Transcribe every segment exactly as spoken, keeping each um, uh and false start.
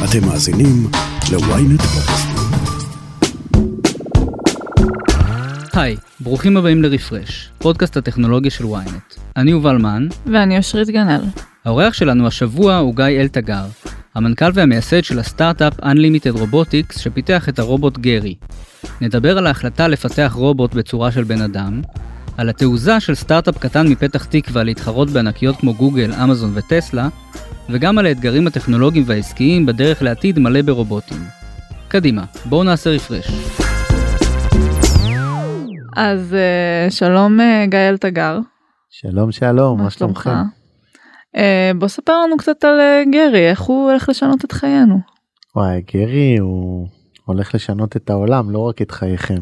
אתם מאזינים ל-ynet פודקאסטים. היי, ברוכים הבאים לרפרש, פודקאסט הטכנולוגיה של ynet. אני יובל מן. ואני אושרית גנאל. האורח שלנו השבוע הוא גיא אלתגר, המנכ"ל והמייסד של הסטארט-אפ Unlimited Robotics שפיתח את הרובוט גרי. נדבר על ההחלטה לפתח רובוט בצורה של בן אדם, על התעוזה של סטארט-אפ קטן מפתח תקווה להתחרות בענקיות כמו גוגל, אמזון וטסלה, וגם על האתגרים הטכנולוגיים והעסקיים בדרך לעתיד מלא ברובוטים. קדימה, בואו נעשה רפרש. אז שלום גיא אלתגר. שלום שלום, מה שלומכם? בוא ספר לנו קצת על גרי, איך הוא הולך לשנות את חיינו. וואי, גרי הוא הולך לשנות את העולם, לא רק את חייכם.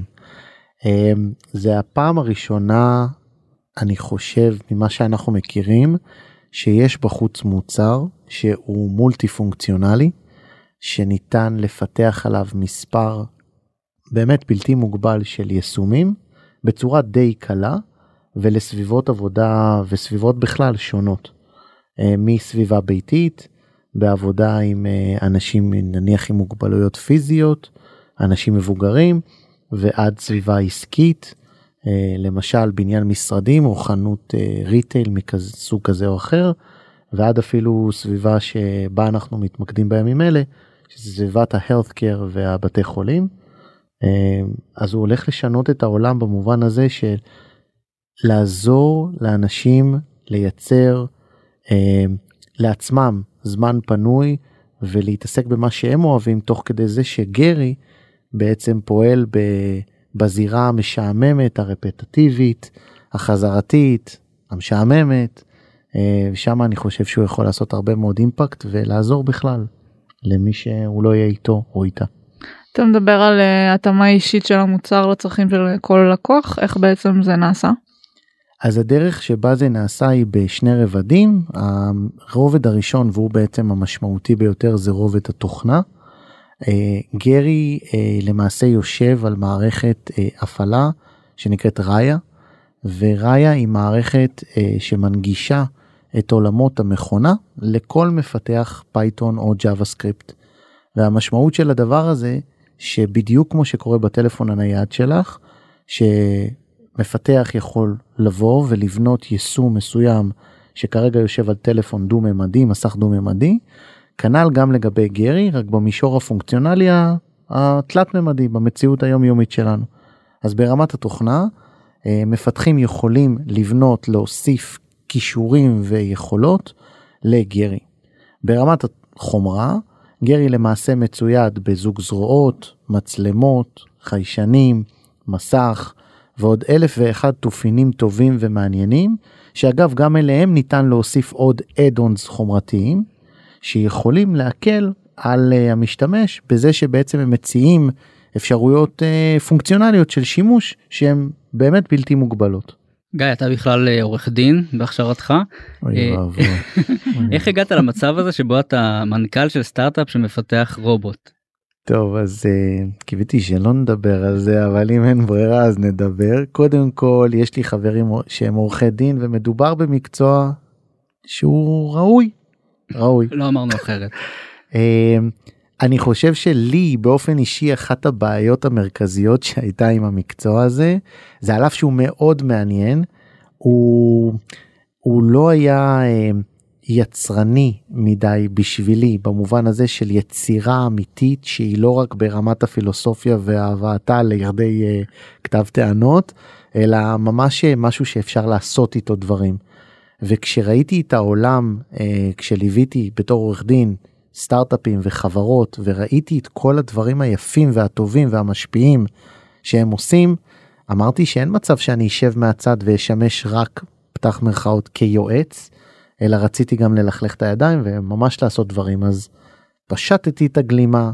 זה הפעם הראשונה, אני חושב, ממה שאנחנו מכירים, שיש בחוץ מוצר שהוא מולטי פונקציונלי, שניתן לפתח עליו מספר באמת בלתי מוגבל של יישומים, בצורה די קלה, ולסביבות עבודה וסביבות בכלל שונות. מסביבה ביתית, בעבודה עם אנשים נניח עם מוגבלויות פיזיות, אנשים מבוגרים, ועד סביבה עסקית, למשל בניין משרדים או חנות ריטייל מסוג כזה או אחר, ועד אפילו סביבה שבה אנחנו מתמקדים בימים אלה, שזה סביבת ה-healthcare והבתי חולים. אז הוא הולך לשנות את העולם במובן הזה של לעזור לאנשים לייצר לעצמם זמן פנוי ולהתעסק במה שהם אוהבים, תוך כדי זה שגרי בעצם פועל בזירה המשעממת, הרפטטיבית, החזרתית, המשעממת, ושם אני חושב שהוא יכול לעשות הרבה מאוד אימפקט ולעזור בכלל למי שהוא לא יהיה איתו או איתה. אתה מדבר על התאמה אישית של המוצר לצרכים של כל לקוח, איך בעצם זה נעשה? אז הדרך שבה זה נעשה היא בשני רבדים. הרובד הראשון, והוא בעצם המשמעותי ביותר, זה רובד התוכנה. גרי למעשה יושב על מערכת הפעלה שנקראת ראיה, וראיה היא מערכת שמנגישה את עולמות המכונה לכל מפתח פייתון או ג'אווה סקריפט. והמשמעות של הדבר הזה, שבדיוק כמו שקורה בטלפון הנייד שלך, שמפתח יכול לבוא ולבנות יישום מסוים שכרגע יושב על טלפון דו-ממדי, מסך דו-ממדי, כנ"ל גם לגבי גרי, רק במישור הפונקציונלי התלת-ממדי, במציאות היומיומית שלנו. אז ברמת התוכנה, מפתחים יכולים לבנות, להוסיף קישורים ויכולות לגרי. ברמת החומרה, גרי למעשה מצויד בזוג זרועות, מצלמות, חיישנים, מסך, ועוד אלף ואחד תופינים טובים ומעניינים, שאגב גם אליהם ניתן להוסיף עוד אד-אונס חומרתיים, שיכולים להקל על המשתמש, בזה שבעצם הם מציעים אפשרויות פונקציונליות של שימוש, שהן באמת בלתי מוגבלות. גיא, אתה בכלל עורך דין בהכשרתך. אוי ואבוי. איך הגעת למצב הזה שבו אתה מנכ"ל של סטארט-אפ שמפתח רובוט? טוב, אז uh, קיוויתי שלא נדבר על זה, אבל אם אין ברירה אז נדבר. קודם כל, יש לי חברים שהם עורכי דין, ומדובר במקצוע שהוא ראוי. ראוי. לא אמרנו אחרת. uh, אני חושב שלי באופן אישי אחת הבעיות המרכזיות שהייתה עם המקצוע הזה, זה על אף שהוא מאוד מעניין, הוא, הוא לא היה uh, יצרני מדי בשבילי, במובן הזה של יצירה אמיתית, שהיא לא רק ברמת הפילוסופיה והבאתה לירדי uh, כתב טענות, אלא ממש משהו שאפשר לעשות איתו דברים. וכשראיתי את העולם, uh, כשליוויתי בתור עורך דין, סטארט-אפים וחברות, וראיתי את כל הדברים היפים והטובים והמשפיעים שהם עושים, אמרתי שאין מצב שאני אשב מהצד וישמש רק, פתח מרכאות, כיועץ, אלא רציתי גם ללכלך את הידיים וממש לעשות דברים. אז פשטתי את הגלימה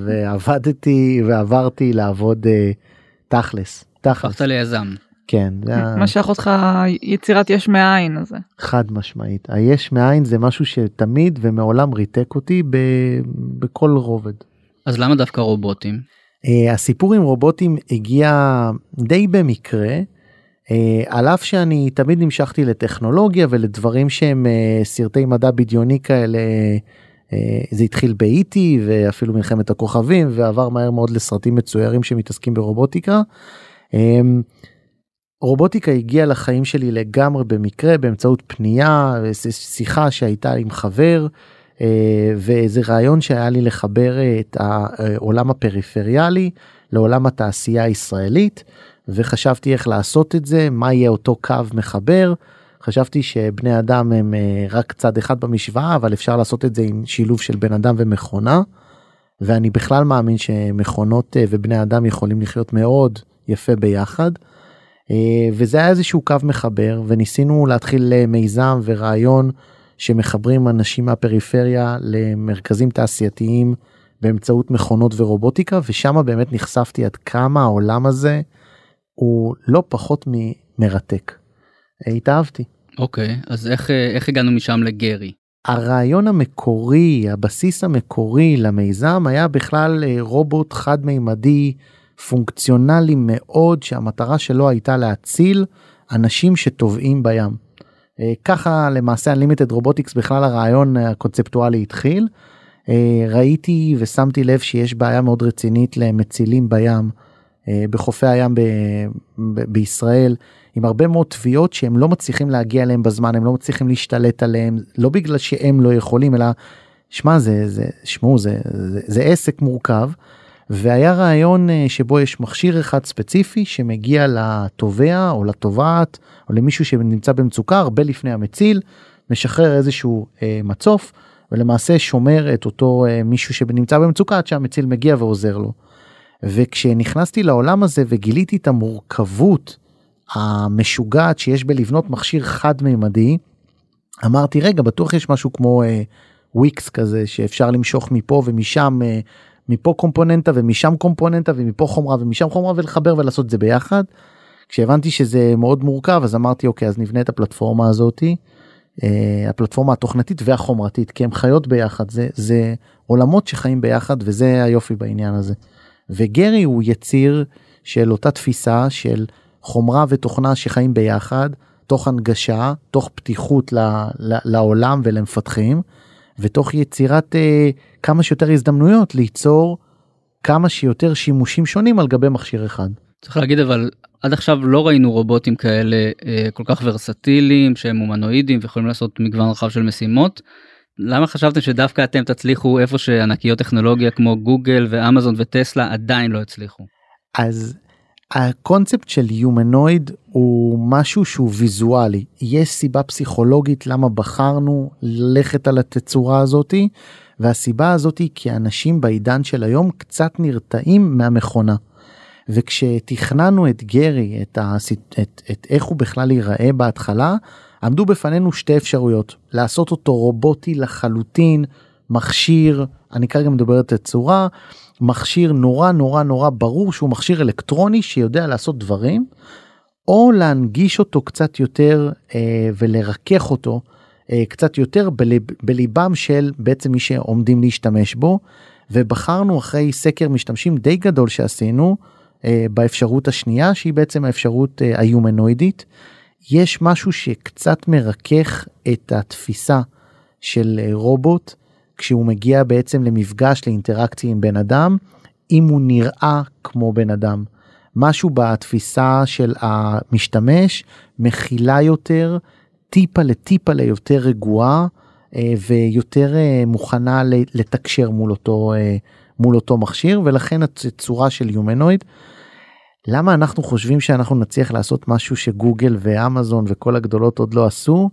ועבדתי ועברתי לעבוד uh, תכלס. הפכת ליזם. כן. משך אותך יצירת יש מאין הזה. חד משמעית. היש מאין זה משהו שתמיד ומעולם ריתק אותי ב, בכל רובד. אז למה דווקא רובוטים? Uh, הסיפור עם רובוטים הגיע די במקרה, uh, על אף שאני תמיד נמשכתי לטכנולוגיה ולדברים שהם uh, סרטי מדע בדיוני כאלה, זה התחיל באיטי ואפילו מלחמת הכוכבים ועבר מהר מאוד לסרטים מצוירים שמתעסקים ברובוטיקה. רובוטיקה הגיעה לחיים שלי לגמרי במקרה באמצעות פנייה, שיחה שהייתה עם חבר ואיזה רעיון שהיה לי לחבר את העולם הפריפריאלי לעולם התעשייה הישראלית, וחשבתי איך לעשות את זה, מה יהיה אותו קו מחבר. חשבתי שבני אדם הם רק צד אחד במשוואה, אבל אפשר לעשות את זה עם שילוב של בן אדם ומכונה, ואני בכלל מאמין שמכונות ובני אדם יכולים לחיות מאוד יפה ביחד, וזה היה איזשהו קו מחבר, וניסינו להתחיל מיזם ורעיון שמחברים אנשים מהפריפריה למרכזים תעשייתיים באמצעות מכונות ורובוטיקה, ושם באמת נחשפתי עד כמה העולם הזה הוא לא פחות ממרתק. התאהבתי. אוקיי, okay, אז איך, איך הגענו משם לגרי? הרעיון המקורי, הבסיס המקורי למיזם היה בכלל רובוט חד-מימדי, פונקציונלי מאוד, שהמטרה שלו הייתה להציל אנשים שטובעים בים. ככה למעשה Unlimited Robotics בכלל הרעיון הקונספטואלי התחיל. ראיתי ושמתי לב שיש בעיה מאוד רצינית למצילים בים, בחופי הים ב- ב- בישראל, עם הרבה מאוד תביעות שהם לא מצליחים להגיע אליהם בזמן, הם לא מצליחים להשתלט עליהם, לא בגלל שהם לא יכולים, אלא, שמה, זה, זה, שמו, זה, זה, זה עסק מורכב, והיה רעיון שבו יש מכשיר אחד ספציפי, שמגיע לתובע או לתובעת, או למישהו שנמצא במצוקה, הרבה לפני המציל, משחרר איזשהו אה, מצוף, ולמעשה שומר את אותו אה, מישהו שנמצא במצוקה, עד שהמציל מגיע ועוזר לו. וכשנכנסתי לעולם הזה וגיליתי את המורכבות המשוגעת שיש בלבנות מכשיר חד-מימדי, אמרתי, רגע, בטוח יש משהו כמו אה, וויקס כזה, שאפשר למשוך מפה ומשם, אה, מפה קומפוננטה ומשם קומפוננטה, ומפה חומרה ומשם חומרה, ולחבר ולעשות את זה ביחד. כשהבנתי שזה מאוד מורכב, אז אמרתי, אוקיי, אז נבנה את הפלטפורמה הזאת, אה, הפלטפורמה התוכנתית והחומרתית, כי הם חיות ביחד, זה, זה עולמות שחיים ביחד, וזה היופי בעניין הזה. וגרי הוא יציר של אותה תפיסה של חומרה ותוכנה שחיים ביחד, תוך הנגשה, תוך פתיחות ל, ל, לעולם ולמפתחים, ותוך יצירת אה, כמה שיותר הזדמנויות ליצור כמה שיותר שימושים שונים על גבי מכשיר אחד. צריך להגיד, אבל עד עכשיו לא ראינו רובוטים כאלה אה, כל כך ורסטיליים, שהם הומנואידים ויכולים לעשות מגוון רחב של משימות. למה חשבתם שדווקא אתם תצליחו איפה שענקיות טכנולוגיה כמו גוגל ואמזון וטסלה עדיין לא הצליחו? אז הקונספט של יומנואיד הוא משהו שהוא ויזואלי. יש סיבה פסיכולוגית למה בחרנו ללכת על התצורה הזאת, והסיבה הזאת היא כי אנשים בעידן של היום קצת נרתעים מהמכונה. וכשתכננו את גרי, את, ה, את, את איך הוא בכלל ייראה בהתחלה, עמדו בפנינו שתי אפשרויות, לעשות אותו רובוטי לחלוטין, מכשיר, אני כרגע מדבר את הצורה, מכשיר נורא נורא נורא ברור שהוא מכשיר אלקטרוני שיודע לעשות דברים, או להנגיש אותו קצת יותר אה, ולרכך אותו אה, קצת יותר בליב, בליבם של בעצם מי שעומדים להשתמש בו, ובחרנו אחרי סקר משתמשים די גדול שעשינו אה, באפשרות השנייה, שהיא בעצם האפשרות אה, היומנואידית. יש משהו שקצת מרכך את התפיסה של רובוט, כשהוא מגיע בעצם למפגש, לאינטראקציה עם בן אדם, אם הוא נראה כמו בן אדם. משהו בתפיסה של המשתמש, מכילה יותר, טיפה לטיפה ליותר רגועה, ויותר מוכנה לתקשר מול אותו, מול אותו מכשיר, ולכן הצורה של יומנואיד. למה אנחנו חושבים שאנחנו נצליח לעשות משהו שגוגל ואמזון וכל הגדולות עוד לא עשו?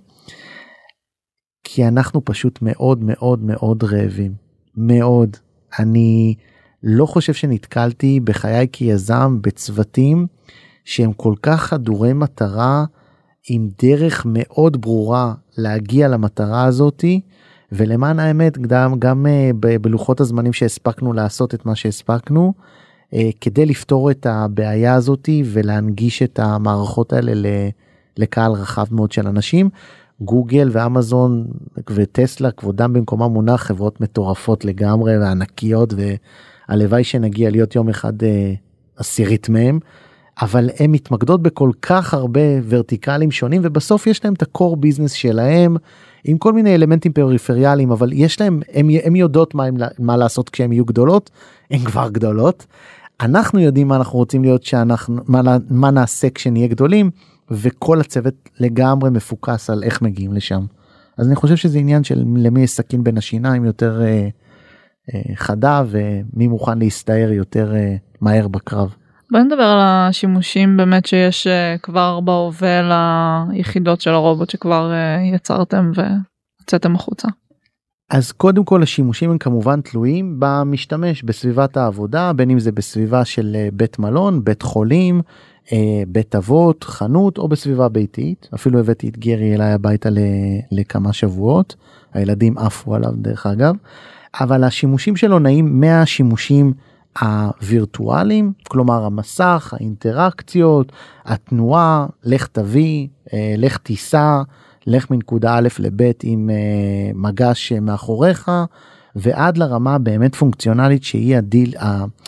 כי אנחנו פשוט מאוד מאוד מאוד רעבים. מאוד. אני לא חושב שנתקלתי בחיי כיזם בצוותים שהם כל כך חדורי מטרה, עם דרך מאוד ברורה להגיע למטרה הזאת, ולמען האמת גם, גם בלוחות הזמנים שהספקנו לעשות את מה שהספקנו, כדי לפתור את הבעיה הזאת ולהנגיש את המערכות האלה לקהל רחב מאוד של אנשים. גוגל ואמזון וטסלה כבודם במקומם מונח, חברות מטורפות לגמרי וענקיות, והלוואי שנגיע להיות יום אחד עשירית מהם, אבל הם מתמקדות בכל כך הרבה ורטיקלים שונים, ובסוף יש להם את הקור ביזנס שלהם, עם כל מיני אלמנטים פריפריאליים, אבל יש להם, הם, הם יודעות מה, מה לעשות כשהם יהיו גדולות, הן כבר גדולות. אנחנו יודעים מה אנחנו רוצים להיות, שאנחנו, מה, מה נעשה כשנהיה גדולים, וכל הצוות לגמרי מפוקס על איך מגיעים לשם. אז אני חושב שזה עניין של למי יש סכין בין השיניים יותר אה, אה, חדה, ומי מוכן להסתער יותר אה, מהר בקרב. בוא נדבר על השימושים באמת שיש uh, כבר בהווה ליחידות של הרובוט שכבר uh, יצרתם והוצאתם החוצה. אז קודם כל השימושים הם כמובן תלויים במשתמש, בסביבת העבודה, בין אם זה בסביבה של uh, בית מלון, בית חולים, uh, בית אבות, חנות או בסביבה ביתית. אפילו הבאתי את גרי אליי הביתה ל- לכמה שבועות, הילדים עפו עליו דרך אגב, אבל השימושים שלו נעים מהשימושים הווירטואליים, כלומר המסך, האינטראקציות, התנועה, לך תביא, לך תיסע, לך מנקודה א' לב' עם מגש מאחוריך, ועד לרמה באמת פונקציונלית שהיא הדיל,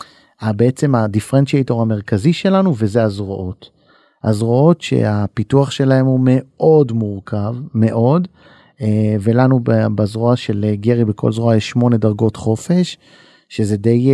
בעצם הדיפרנציאטור המרכזי שלנו, וזה הזרועות. הזרועות שהפיתוח שלהם הוא מאוד מורכב, מאוד, ולנו בזרוע של גרי בכל זרוע יש שמונה דרגות חופש, שזה די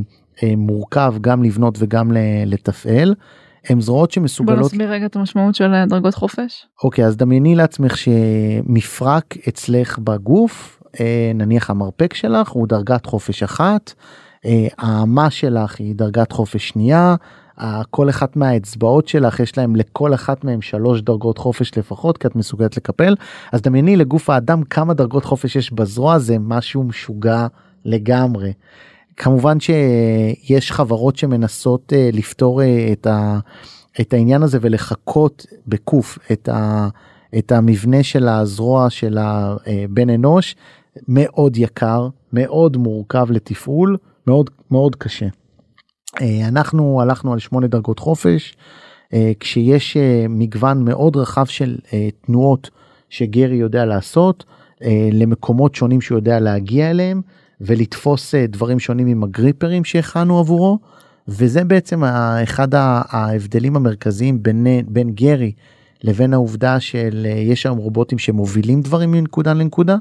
מורכב גם לבנות וגם לתפעל. הם זרועות שמסוגלות... בוא נסביר רגע את המשמעות של דרגות חופש. אוקיי, אז דמייני לעצמך שמפרק אצלך בגוף, נניח המרפק שלך הוא דרגת חופש אחת, האמה שלך היא דרגת חופש שנייה, כל אחת מהאצבעות שלך יש להם לכל אחת מהם שלוש דרגות חופש לפחות, כי את מסוגלת לקפל. אז דמייני לגוף האדם כמה דרגות חופש יש בזרוע, זה משהו משוגע לגמרי. כמובן שיש חברות שמנסות לפתור את, ה, את העניין הזה ולחכות בקוף את, ה, את המבנה של הזרוע של הבן אנוש, מאוד יקר, מאוד מורכב לתפעול, מאוד, מאוד קשה. אנחנו הלכנו על שמונה דרגות חופש, כשיש מגוון מאוד רחב של תנועות שגרי יודע לעשות, למקומות שונים שהוא יודע להגיע אליהם, ולתפוס דברים שונים עם הגריפרים שהכנו עבורו, וזה בעצם אחד ההבדלים המרכזיים בין, בין גרי לבין העובדה של יש שם רובוטים שמובילים דברים מנקודה לנקודה,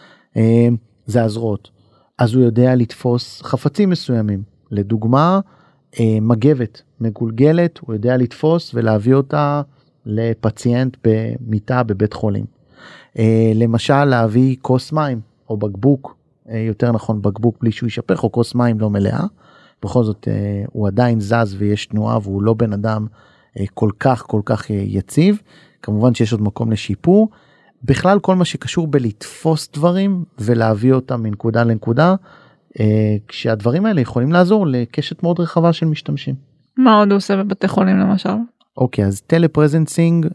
זה הזרועות. אז הוא יודע לתפוס חפצים מסוימים, לדוגמה מגבת מגולגלת, הוא יודע לתפוס ולהביא אותה לפציינט במיטה בבית חולים. למשל להביא כוס מים או בקבוק, יותר נכון בקבוק בלי שהוא ישפך, או כוס מים לא מלאה, בכל זאת הוא עדיין זז ויש תנועה והוא לא בן אדם כל כך כל כך יציב, כמובן שיש עוד מקום לשיפור. בכלל כל מה שקשור בלתפוס דברים ולהביא אותם מנקודה לנקודה, כשהדברים האלה יכולים לעזור לקשת מאוד רחבה של משתמשים. מה עוד הוא עושה בבתי חולים למשל? אוקיי, אז טלפרזנסינג,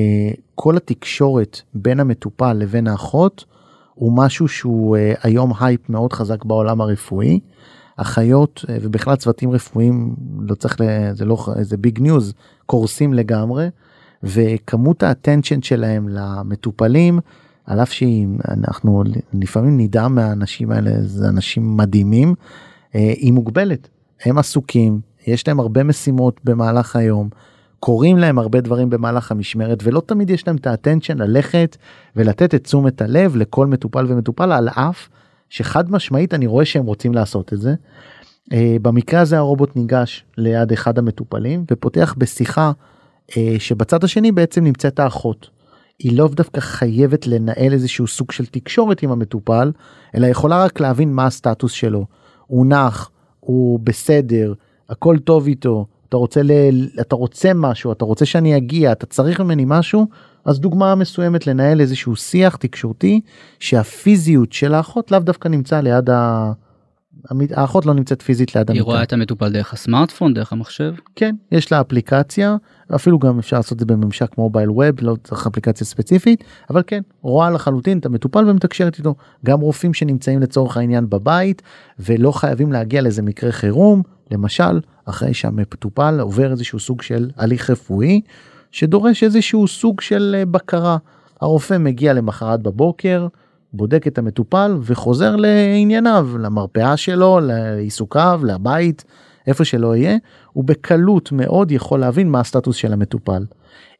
כל התקשורת בין המטופל לבין האחות, הוא משהו שהוא היום הייפ מאוד חזק בעולם הרפואי. אחיות ובכלל צוותים רפואיים, לא צריך, זה לא, זה ביג ניוז, קורסים לגמרי, וכמות האטנשן שלהם למטופלים, על אף שאנחנו לפעמים נדע מהאנשים האלה, זה אנשים מדהימים, היא מוגבלת. הם עסוקים, יש להם הרבה משימות במהלך היום, קוראים להם הרבה דברים במהלך המשמרת, ולא תמיד יש להם את האטנשן ללכת ולתת את תשומת הלב לכל מטופל ומטופל, על אף שחד משמעית אני רואה שהם רוצים לעשות את זה. במקרה הזה הרובוט ניגש ליד אחד המטופלים ופותח בשיחה שבצד השני בעצם נמצאת האחות. היא לא דווקא חייבת לנהל איזשהו סוג של תקשורת עם המטופל, אלא יכולה רק להבין מה הסטטוס שלו. הוא נח, הוא בסדר, הכל טוב איתו, אתה רוצה, ל... אתה רוצה משהו, אתה רוצה שאני אגיע, אתה צריך ממני משהו, אז דוגמה מסוימת לנהל איזשהו שיח תקשורתי, שהפיזיות של האחות לאו דווקא נמצא ליד ה... האחות לא נמצאת פיזית ליד המיטה. היא רואה את המטופל דרך הסמארטפון, דרך המחשב? כן, יש לה אפליקציה, אפילו גם אפשר לעשות את זה בממשק מובייל ווב, לא צריך אפליקציה ספציפית, אבל כן, רואה לחלוטין את המטופל ומתקשרת איתו. גם רופאים שנמצאים לצורך העניין בבית, ולא חייבים להגיע לאיזה מקרה חירום, למשל, אחרי שהמטופל עובר איזשהו סוג של הליך רפואי, שדורש איזשהו סוג של בקרה. הרופא מגיע למחרת בבוקר, בודק את המטופל וחוזר לענייניו, למרפאה שלו, לעיסוקיו, לבית, איפה שלא יהיה, הוא בקלות מאוד יכול להבין מה הסטטוס של המטופל.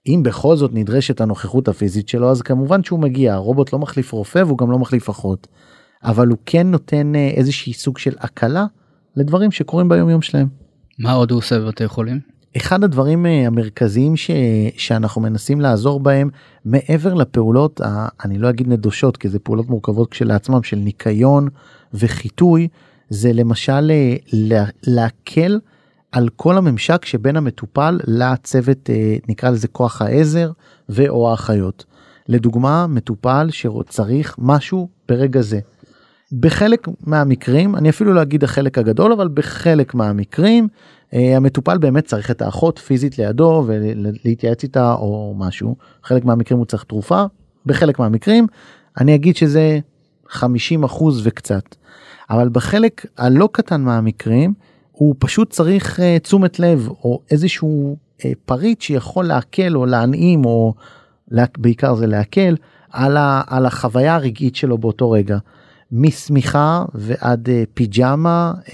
אם בכל זאת נדרשת הנוכחות הפיזית שלו, אז כמובן שהוא מגיע, הרובוט לא מחליף רופא והוא גם לא מחליף אחות, אבל הוא כן נותן איזושהי סוג של הקלה לדברים שקורים ביום יום שלהם. מה עוד הוא עושה בבתי חולים? אחד הדברים המרכזיים ש... שאנחנו מנסים לעזור בהם, מעבר לפעולות, אני לא אגיד נדושות, כי זה פעולות מורכבות כשלעצמם, של ניקיון וחיטוי, זה למשל לה... להקל על כל הממשק שבין המטופל לצוות, נקרא לזה כוח העזר ואו האחיות. לדוגמה, מטופל שצריך משהו ברגע זה. בחלק מהמקרים, אני אפילו לא אגיד החלק הגדול, אבל בחלק מהמקרים, המטופל באמת צריך את האחות פיזית לידו ולהתייעץ איתה או משהו. חלק מהמקרים הוא צריך תרופה, בחלק מהמקרים אני אגיד שזה חמישים אחוז וקצת. אבל בחלק הלא קטן מהמקרים, הוא פשוט צריך uh, תשומת לב או איזשהו uh, פריט שיכול להקל או להנעים או לה, בעיקר זה להקל על, ה, על החוויה הרגעית שלו באותו רגע. מסמיכה ועד uh, פיג'מה, uh,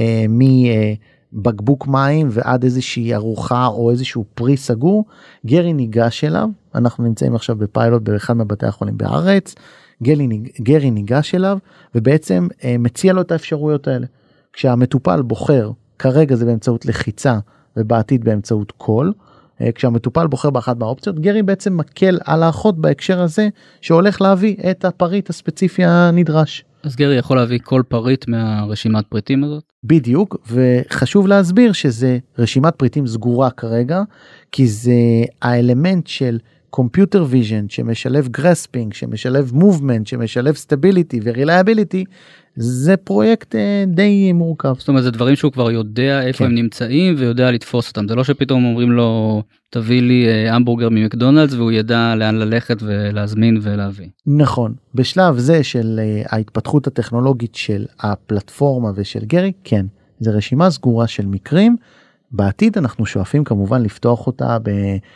מבקבוק מים ועד איזושהי ארוחה או איזשהו פרי סגור, גרי ניגש אליו, אנחנו נמצאים עכשיו בפיילוט באחד מבתי החולים בארץ, גרי, גרי ניגש אליו ובעצם uh, מציע לו את האפשרויות האלה. כשהמטופל בוחר, כרגע זה באמצעות לחיצה ובעתיד באמצעות קול, כשהמטופל בוחר באחת מהאופציות, גרי בעצם מקל על האחות בהקשר הזה שהולך להביא את הפריט הספציפי הנדרש. אז גרי יכול להביא כל פריט מהרשימת פריטים הזאת? בדיוק, וחשוב להסביר שזה רשימת פריטים סגורה כרגע, כי זה האלמנט של Computer Vision שמשלב Grasping, שמשלב Movement, שמשלב Stability ו-Reliability, זה פרויקט די מורכב. זאת אומרת, זה דברים שהוא כבר יודע איפה כן. הם נמצאים ויודע לתפוס אותם. זה לא שפתאום אומרים לו, תביא לי המבורגר ממקדונלדס, והוא ידע לאן ללכת ולהזמין ולהביא. נכון. בשלב זה של ההתפתחות הטכנולוגית של הפלטפורמה ושל גרי, כן. זה רשימה סגורה של מקרים. בעתיד אנחנו שואפים כמובן לפתוח אותה ב...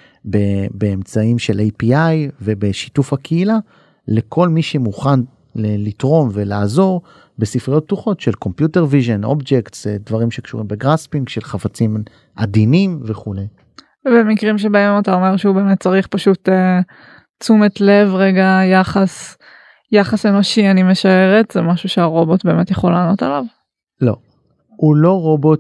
באמצעים של איי פי איי ובשיתוף הקהילה, לכל מי שמוכן לתרום ולעזור בספריות פתוחות של Computer Vision, Objects, דברים שקשורים בגרספינג, של חפצים עדינים וכו'. ובמקרים שבהם אתה אומר שהוא באמת צריך פשוט uh, תשומת לב, רגע, יחס, יחס אנושי, אני משערת, זה משהו שהרובוט באמת יכול לענות עליו? לא. הוא לא רובוט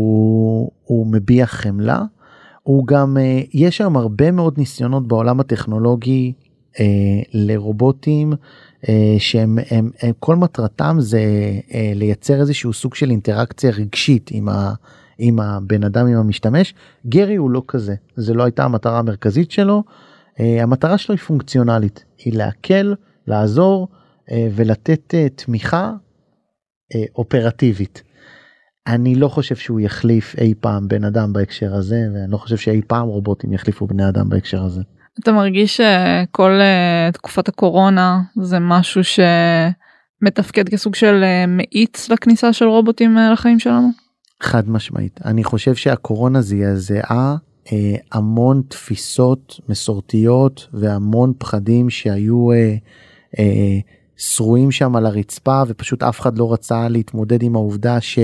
שהוא מביע חמלה, הוא גם, יש היום הרבה מאוד ניסיונות בעולם הטכנולוגי אה, לרובוטים, אה, שהם, הם, הם, כל מטרתם זה אה, לייצר איזשהו סוג של אינטראקציה רגשית עם, ה, עם הבן אדם, עם המשתמש. גרי הוא לא כזה, זה לא הייתה המטרה המרכזית שלו, אה, המטרה שלו היא פונקציונלית, היא להקל, לעזור אה, ולתת אה, תמיכה אה, אופרטיבית. אני לא חושב שהוא יחליף אי פעם בן אדם בהקשר הזה, ואני לא חושב שאי פעם רובוטים יחליפו בני אדם בהקשר הזה. אתה מרגיש שכל uh, תקופת הקורונה זה משהו שמתפקד כסוג של uh, מאיץ לכניסה של רובוטים uh, לחיים שלנו? חד משמעית. אני חושב שהקורונה זעזעה uh, המון תפיסות מסורתיות והמון פחדים שהיו uh, uh, שרועים שם על הרצפה, ופשוט אף אחד לא רצה להתמודד עם העובדה ש...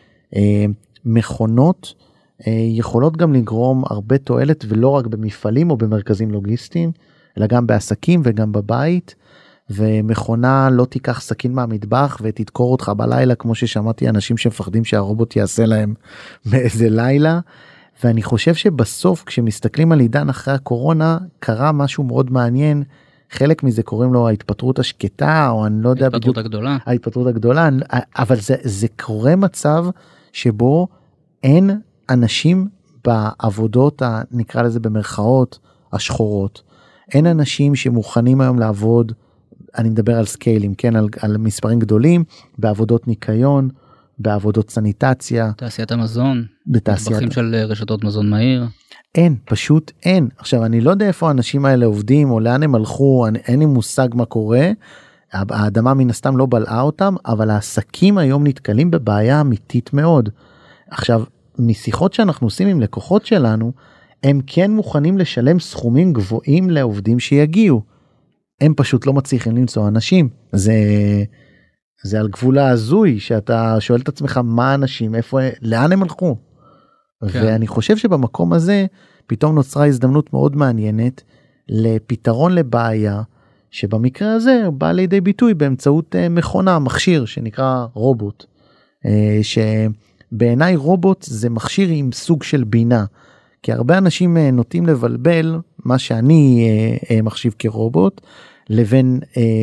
מכונות יכולות גם לגרום הרבה תועלת, ולא רק במפעלים או במרכזים לוגיסטיים, אלא גם בעסקים וגם בבית, ומכונה לא תיקח סכין מהמטבח ותדקור אותך בלילה, כמו ששמעתי אנשים שמפחדים שהרובוט יעשה להם באיזה לילה. ואני חושב שבסוף כשמסתכלים על עידן אחרי הקורונה, קרה משהו מאוד מעניין, חלק מזה קוראים לו ההתפטרות השקטה, או אני לא יודע בדיוק. ההתפטרות הגדולה. ההתפטרות הגדולה, אבל זה, זה קורה מצב שבו אין אנשים בעבודות, נקרא לזה במרכאות, השחורות. אין אנשים שמוכנים היום לעבוד, אני מדבר על סקיילים, כן, על, על מספרים גדולים, בעבודות ניקיון, בעבודות סניטציה. תעשיית המזון. בתעשיית. מטבחים של רשתות מזון מהיר. אין, פשוט אין. עכשיו, אני לא יודע איפה האנשים האלה עובדים, או לאן הם הלכו, אני, אין לי מושג מה קורה. האדמה מן הסתם לא בלעה אותם, אבל העסקים היום נתקלים בבעיה אמיתית מאוד. עכשיו, משיחות שאנחנו עושים עם לקוחות שלנו, הם כן מוכנים לשלם סכומים גבוהים לעובדים שיגיעו. הם פשוט לא מצליחים למצוא אנשים. זה, זה על גבול ההזוי, שאתה שואל את עצמך מה אנשים, איפה, לאן הם הלכו. כן. ואני חושב שבמקום הזה, פתאום נוצרה הזדמנות מאוד מעניינת, לפתרון לבעיה, שבמקרה הזה בא לידי ביטוי באמצעות מכונה, מכשיר שנקרא רובוט, שבעיניי רובוט זה מכשיר עם סוג של בינה, כי הרבה אנשים נוטים לבלבל מה שאני מחשיב כרובוט, לבין,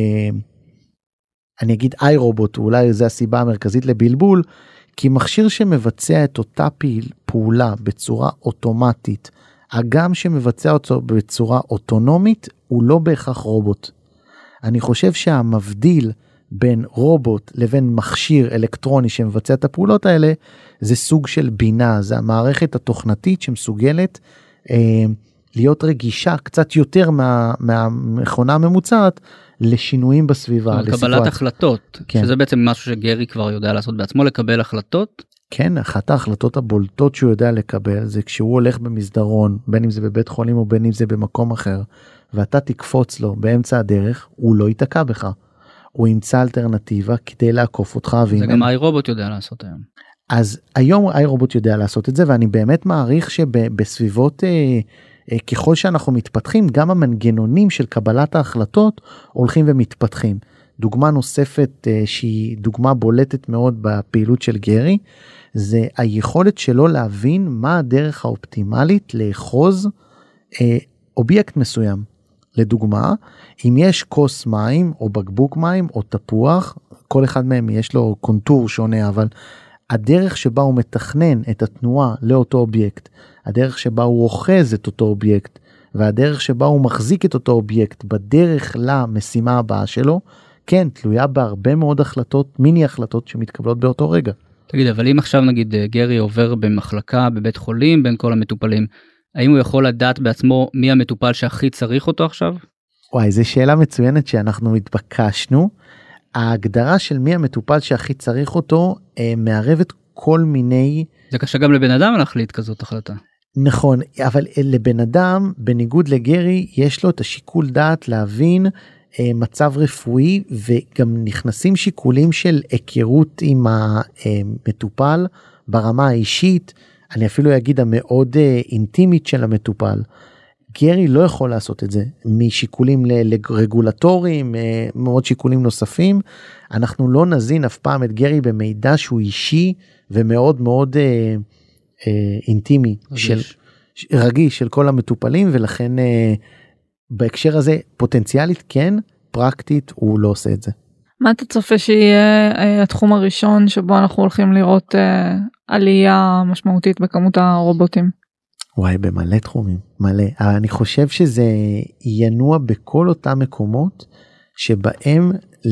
אני אגיד איי רובוט, אולי זה הסיבה המרכזית לבלבול, כי מכשיר שמבצע את אותה פעולה בצורה אוטומטית, הגם שמבצע אותו בצורה אוטונומית, הוא לא בהכרח רובוט. אני חושב שהמבדיל בין רובוט לבין מכשיר אלקטרוני שמבצע את הפעולות האלה, זה סוג של בינה, זה המערכת התוכנתית שמסוגלת אה, להיות רגישה קצת יותר מה, מהמכונה הממוצעת, לשינויים בסביבה. קבלת החלטות, כן. שזה בעצם משהו שגרי כבר יודע לעשות בעצמו, לקבל החלטות. כן, אחת ההחלטות הבולטות שהוא יודע לקבל, זה כשהוא הולך במסדרון, בין אם זה בבית חולים או בין אם זה במקום אחר, ואתה תקפוץ לו באמצע הדרך, הוא לא ייתקע בך. הוא ימצא אלטרנטיבה כדי לעקוף אותך. זה גם איי רובוט יודע לעשות היום. אז היום איי רובוט יודע לעשות את זה, ואני באמת מעריך שבסביבות, אה, אה, ככל שאנחנו מתפתחים, גם המנגנונים של קבלת ההחלטות הולכים ומתפתחים. דוגמה נוספת אה, שהיא דוגמה בולטת מאוד בפעילות של גרי, זה היכולת שלו להבין מה הדרך האופטימלית לאחוז אה, אובייקט מסוים. לדוגמה, אם יש כוס מים או בקבוק מים או תפוח, כל אחד מהם יש לו קונטור שונה, אבל הדרך שבה הוא מתכנן את התנועה לאותו אובייקט, הדרך שבה הוא אוחז את אותו אובייקט, והדרך שבה הוא מחזיק את אותו אובייקט בדרך למשימה הבאה שלו, כן, תלויה בהרבה מאוד החלטות, מיני החלטות שמתקבלות באותו רגע. תגיד, אבל אם עכשיו נגיד גרי עובר במחלקה בבית חולים בין כל המטופלים, האם הוא יכול לדעת בעצמו מי המטופל שהכי צריך אותו עכשיו? וואי, זו שאלה מצוינת שאנחנו התבקשנו. ההגדרה של מי המטופל שהכי צריך אותו אה, מערבת כל מיני... זה קשה גם לבן אדם להחליט כזאת החלטה. נכון, אבל לבן אדם, בניגוד לגרי, יש לו את השיקול דעת להבין אה, מצב רפואי, וגם נכנסים שיקולים של היכרות עם המטופל ברמה האישית, אני אפילו אגיד המאוד אה, אינטימית של המטופל. גרי לא יכול לעשות את זה, משיקולים לרגולטוריים, אה, מאוד שיקולים נוספים, אנחנו לא נזין אף פעם את גרי במידע שהוא אישי, ומאוד מאוד אה, אה, אינטימי, רגיש. של, רגיש של כל המטופלים, ולכן אה, בהקשר הזה פוטנציאלית כן, פרקטית הוא לא עושה את זה. מה אתה צופה שיהיה אה, התחום הראשון שבו אנחנו הולכים לראות אה, עלייה משמעותית בכמות הרובוטים? וואי, במלא תחומים, מלא. אני חושב שזה ינוע בכל אותם מקומות שבהם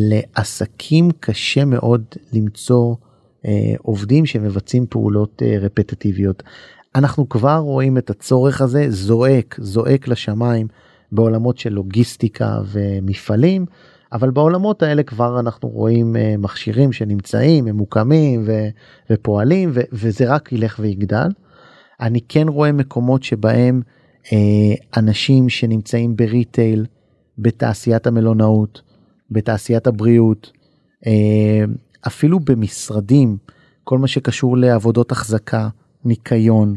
לעסקים קשה מאוד למצוא אה, עובדים שמבצעים פעולות אה, רפטטיביות. אנחנו כבר רואים את הצורך הזה זועק, זועק לשמיים בעולמות של לוגיסטיקה ומפעלים, אבל בעולמות האלה כבר אנחנו רואים אה, מכשירים שנמצאים, ממוקמים ו- ופועלים, ו- וזה רק ילך ויגדל. אני כן רואה מקומות שבהם אה, אנשים שנמצאים בריטייל, בתעשיית המלונאות, בתעשיית הבריאות, אה, אפילו במשרדים, כל מה שקשור לעבודות החזקה, ניקיון,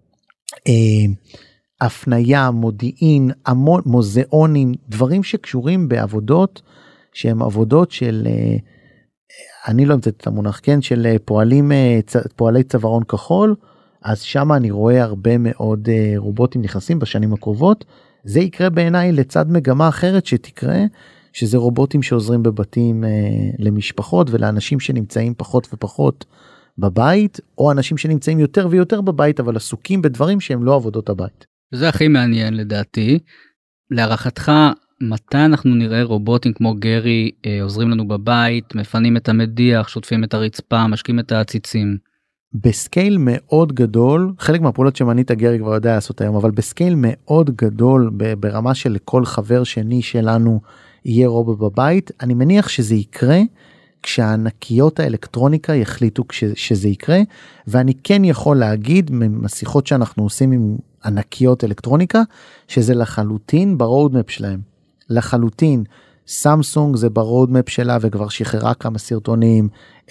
אה, הפניה, מודיעין, המון, מוזיאונים, דברים שקשורים בעבודות שהן עבודות של, אה, אני לא אמצאת את המונח, כן, של פועלים, אה, צ, פועלי צווארון כחול, אז שם אני רואה הרבה מאוד uh, רובוטים נכנסים בשנים הקרובות. זה יקרה בעיניי לצד מגמה אחרת שתקרה, שזה רובוטים שעוזרים בבתים uh, למשפחות ולאנשים שנמצאים פחות ופחות בבית, או אנשים שנמצאים יותר ויותר בבית, אבל עסוקים בדברים שהם לא עבודות הבית. זה הכי מעניין לדעתי. להערכתך, מתי אנחנו נראה רובוטים כמו גרי uh, עוזרים לנו בבית, מפנים את המדיח, שוטפים את הרצפה, משקים את העציצים? בסקייל מאוד גדול, חלק מהפעולות שמנית גרי כבר יודע לעשות היום, אבל בסקייל מאוד גדול, ברמה של כל חבר שני שלנו יהיה רובוט בבית, אני מניח שזה יקרה כשהענקיות האלקטרוניקה יחליטו שזה יקרה, ואני כן יכול להגיד משיחות שאנחנו עושים עם ענקיות אלקטרוניקה, שזה לחלוטין ברודמפ שלהם, לחלוטין סמסונג זה ברודמפ שלה וכבר שחררה כמה סרטונים,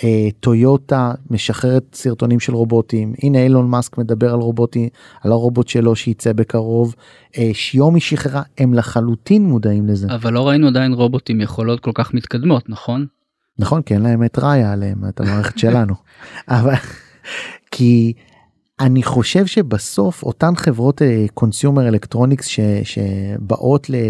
טויוטה משחררת סרטונים של רובוטים, הנה אילון מאסק מדבר על רובוטים, על הרובוט שלו שייצא בקרוב, שיומי שחררה, הם לחלוטין מודעים לזה. אבל לא ראינו עדיין רובוטים יכולות כל כך מתקדמות, נכון? נכון, כי אין להם את ראיה עליהם, את המערכת שלנו. אבל, כי אני חושב שבסוף אותן חברות קונסיומר אלקטרוניקס שבאות ל...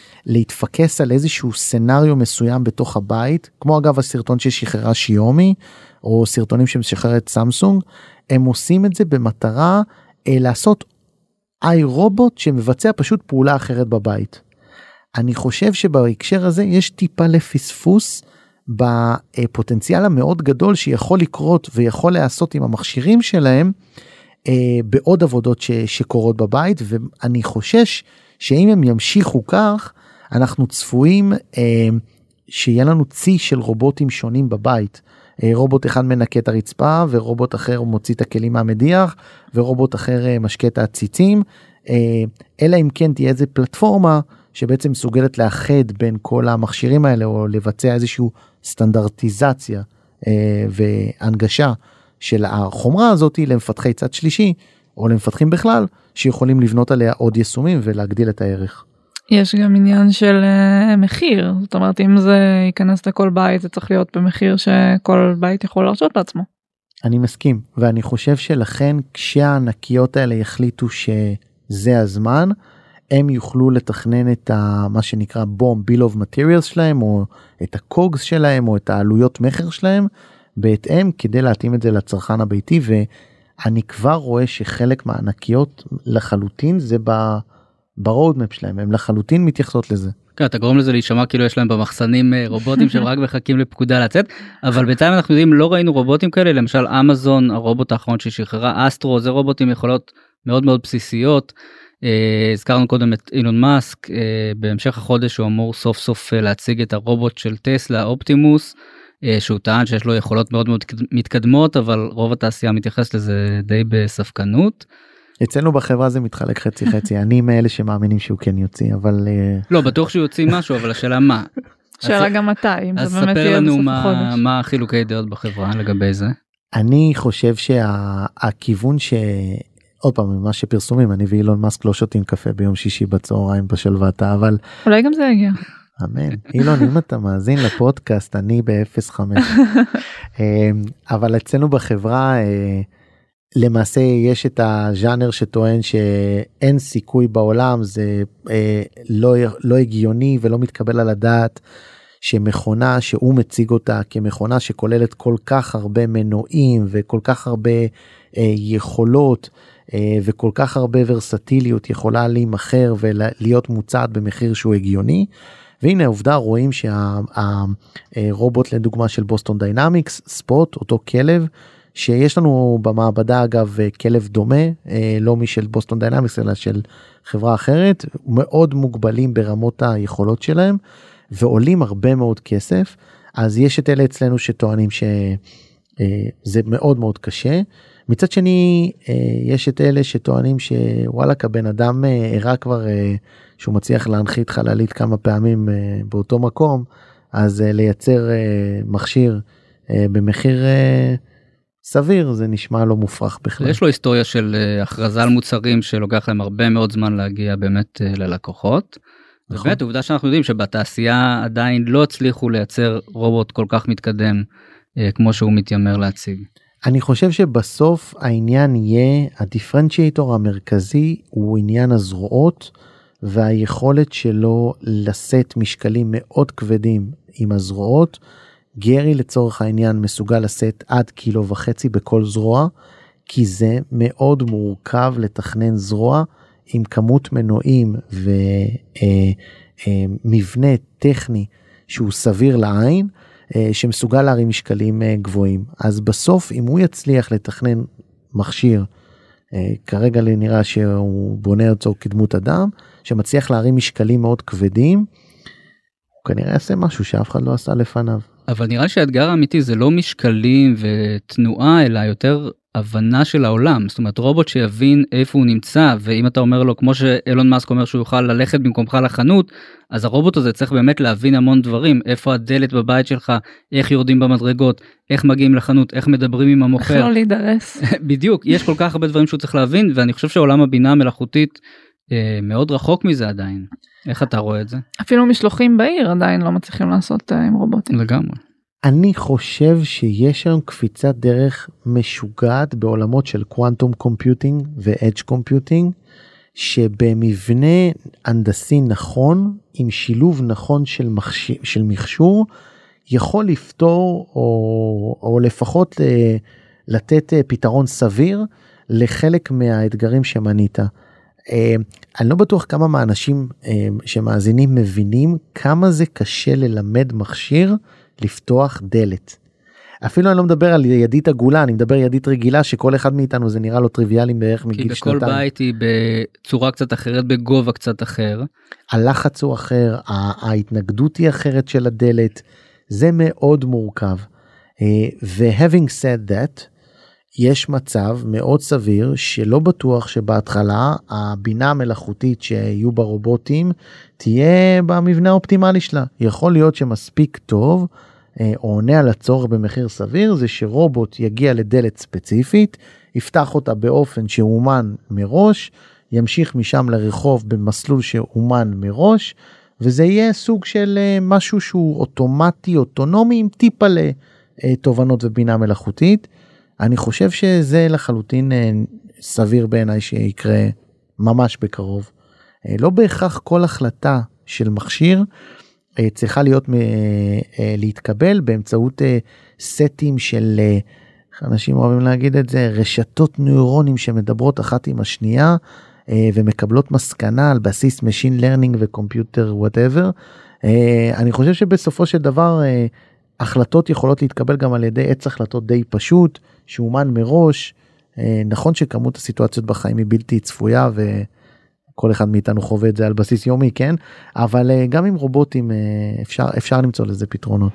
להתפקס על איזשהו סנריו מסוים בתוך הבית, כמו אגב הסרטון ששחררה שיומי, או סרטונים שמשחררת סמסונג, הם עושים את זה במטרה אה, לעשות איי רובוט שמבצע פשוט פעולה אחרת בבית. אני חושב שבהקשר הזה יש טיפה לפספוס בפוטנציאל המאוד גדול שיכול לקרות ויכול לעשות עם המכשירים שלהם, אה, בעוד עבודות ש, שקורות בבית, ואני חושש שאם הם ימשיכו כך, אנחנו צפויים אה, שיהיה לנו צי של רובוטים שונים בבית. אה, רובוט אחד מנקה את הרצפה, ורובוט אחר מוציא את הכלים מהמדיח, ורובוט אחר אה, משקה את הציצים, אה, אלא אם כן תהיה איזה פלטפורמה שבעצם מסוגלת לאחד בין כל המכשירים האלה, או לבצע איזושהי סטנדרטיזציה אה, והנגשה של החומרה הזאת למפתחי צד שלישי, או למפתחים בכלל, שיכולים לבנות עליה עוד יישומים ולהגדיל את הערך. יש גם עניין של uh, מחיר, זאת אומרת אם זה ייכנס לכל בית זה צריך להיות במחיר שכל בית יכול להרשות לעצמו. אני מסכים, ואני חושב שלכן כשהענקיות האלה יחליטו שזה הזמן, הם יוכלו לתכנן את ה, מה שנקרא בום, ביל אוף מטריאלס שלהם, או את הקוגס שלהם, או את העלויות מחר שלהם, בהתאם כדי להתאים את זה לצרכן הביתי, ואני כבר רואה שחלק מהענקיות לחלוטין זה ב... ברודמפ שלהם, הם לחלוטין מתייחסות לזה. כן, אתה גורם לזה להישמע כאילו יש להם במחסנים רובוטים שהם רק מחכים לפקודה לצאת, אבל בינתיים אנחנו יודעים, לא ראינו רובוטים כאלה, למשל אמזון, הרובוט האחרון ששחררה, אסטרו, זה רובוטים יכולות מאוד מאוד בסיסיות, אה, הזכרנו קודם את אילון מאסק, אה, בהמשך החודש הוא אמור סוף סוף להציג את הרובוט של טסלה, אופטימוס, אה, שהוא טען שיש לו יכולות מאוד מאוד מתקדמות, אבל רוב התעשייה מתייחס לזה די בספקנות, אצלנו בחברה זה מתחלק חצי חצי, אני מאלה שמאמינים שהוא כן יוציא, אבל... לא, בטוח שהוא יוציא משהו, אבל השאלה מה? שאלה גם מתי, אם זה באמת יהיה בסוף החודש. אז ספר לנו מה החילוקי דעות בחברה לגבי זה. אני חושב שהכיוון ש... עוד פעם, ממה שפרסומים, אני ואילון מאסק לא שותים קפה ביום שישי בצהריים בשלוותה, אבל... אולי גם זה יגיע. אמן. אילון, אם אתה מאזין לפודקאסט, אני ב-אפס חמש. אבל אצלנו בחברה... למעשה יש את הז'אנר שטוען שאין סיכוי בעולם, זה אה, לא, לא הגיוני ולא מתקבל על הדעת שמכונה שהוא מציג אותה כמכונה שכוללת כל כך הרבה מנועים וכל כך הרבה אה, יכולות אה, וכל כך הרבה ורסטיליות יכולה להימחר ולהיות מוצעת במחיר שהוא הגיוני. והנה העובדה רואים שהרובוט לדוגמה של בוסטון דיינמיקס, ספוט, אותו כלב, שיש לנו במעבדה אגב כלב דומה, לא משל בוסטון דיינמיקס אלא של חברה אחרת, מאוד מוגבלים ברמות היכולות שלהם, ועולים הרבה מאוד כסף, אז יש את אלה אצלנו שטוענים שזה מאוד מאוד קשה, מצד שני יש את אלה שטוענים שוואלה כבן אדם הראה כבר שהוא מצליח להנחית חללית כמה פעמים באותו מקום, אז לייצר מכשיר במחיר סביר, זה נשמע לא מופרך בכלל. יש לו היסטוריה של הכרזה על מוצרים שלוקח להם הרבה מאוד זמן להגיע באמת ללקוחות. נכון. באמת, העובדה שאנחנו יודעים שבתעשייה עדיין לא הצליחו לייצר רובוט כל כך מתקדם כמו שהוא מתיימר להציג. אני חושב שבסוף העניין יהיה, הדיפרנציאטור המרכזי הוא עניין הזרועות והיכולת שלו לשאת משקלים מאוד כבדים עם הזרועות. גרי לצורך העניין מסוגל לשאת עד קילו וחצי בכל זרוע, כי זה מאוד מורכב לתכנן זרוע עם כמות מנועים ומבנה טכני שהוא סביר לעין, שמסוגל להרים משקלים גבוהים. אז בסוף אם הוא יצליח לתכנן מכשיר, כרגע נראה שהוא בונה אותו כדמות אדם, שמצליח להרים משקלים מאוד כבדים, הוא כנראה יעשה משהו שאף אחד לא עשה לפניו. אבל נראה לי שהאתגר האמיתי זה לא משקלים ותנועה, אלא יותר הבנה של העולם, זאת אומרת רובוט שיבין איפה הוא נמצא, ואם אתה אומר לו כמו שאילון מאסק אומר שהוא יוכל ללכת במקומך לחנות, אז הרובוט הזה צריך באמת להבין המון דברים, איפה הדלת בבית שלך, איך יורדים במדרגות, איך מגיעים לחנות, איך מדברים עם המוכר. איך לא להידרס. בדיוק, יש כל כך הרבה דברים שהוא צריך להבין, ואני חושב שעולם הבינה המלאכותית אה, מאוד רחוק מזה עדיין. איך אתה רואה את זה? אפילו משלוחים בעיר עדיין לא מצליחים לעשות אה, עם רובוטים. לגמרי. אני חושב שיש היום קפיצת דרך משוגעת בעולמות של קוונטום קומפיוטינג ואדג' קומפיוטינג, שבמבנה הנדסי נכון, עם שילוב נכון של, מחש... של מכשור, יכול לפתור או, או לפחות אה, לתת אה, פתרון סביר לחלק מהאתגרים שמנית. אה, אני לא בטוח כמה מהאנשים אה, שמאזינים מבינים כמה זה קשה ללמד מכשיר לפתוח דלת. אפילו אני לא מדבר על ידית עגולה, אני מדבר ידית רגילה שכל אחד מאיתנו זה נראה לו טריוויאלי בערך מגיל שנתיים. כי בכל בית היא בצורה קצת אחרת, בגובה קצת אחר. הלחץ הוא אחר, ההתנגדות היא אחרת של הדלת, זה מאוד מורכב. ו-having said that, יש מצב מאוד סביר שלא בטוח שבהתחלה הבינה המלאכותית שיהיו ברובוטים תהיה במבנה האופטימלי שלה. יכול להיות שמספיק טוב או עונה על הצורך במחיר סביר זה שרובוט יגיע לדלת ספציפית, יפתח אותה באופן שאומן מראש, ימשיך משם לרחוב במסלול שאומן מראש, וזה יהיה סוג של משהו שהוא אוטומטי, אוטונומי עם טיפה לתובנות ובינה מלאכותית. אני חושב שזה לחלוטין סביר בעיניי שיקרה ממש בקרוב. לא בהכרח כל החלטה של מכשיר צריכה להיות להתקבל באמצעות סטים של, אנשים אוהבים להגיד את זה, רשתות נוירונים שמדברות אחת עם השנייה ומקבלות מסקנה על בסיס Machine Learning וקומפיוטר whatever. אני חושב שבסופו של דבר החלטות יכולות להתקבל גם על ידי עץ החלטות די פשוט, שאומן מראש. נכון שכמות הסיטואציות בחיים היא בלתי צפויה וכל אחד מאיתנו חווה את זה על בסיס יומי, כן? אבל גם עם רובוטים אפשר, אפשר למצוא לזה פתרונות.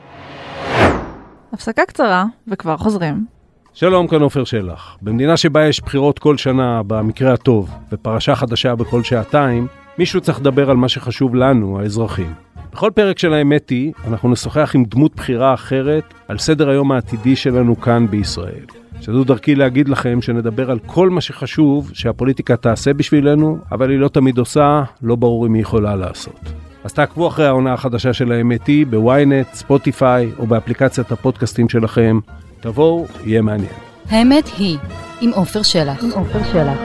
הפסקה קצרה וכבר חוזרים. שלום, כאן עופר שלח. במדינה שבה יש בחירות כל שנה במקרה הטוב ופרשה חדשה בכל שעתיים, מישהו צריך לדבר על מה שחשוב לנו, האזרחים. בכל פרק של האמת היא, אנחנו נשוחח עם דמות בחירה אחרת על סדר היום העתידי שלנו כאן בישראל. שזו דרכי להגיד לכם שנדבר על כל מה שחשוב שהפוליטיקה תעשה בשבילנו, אבל היא לא תמיד עושה, לא ברור אם היא יכולה לעשות. אז תעקבו אחרי העונה החדשה של האמת היא בוויינט, ספוטיפיי או באפליקציית הפודקאסטים שלכם. תבואו, יהיה מעניין. האמת היא, עם עופר שלח. עם עופר שלח.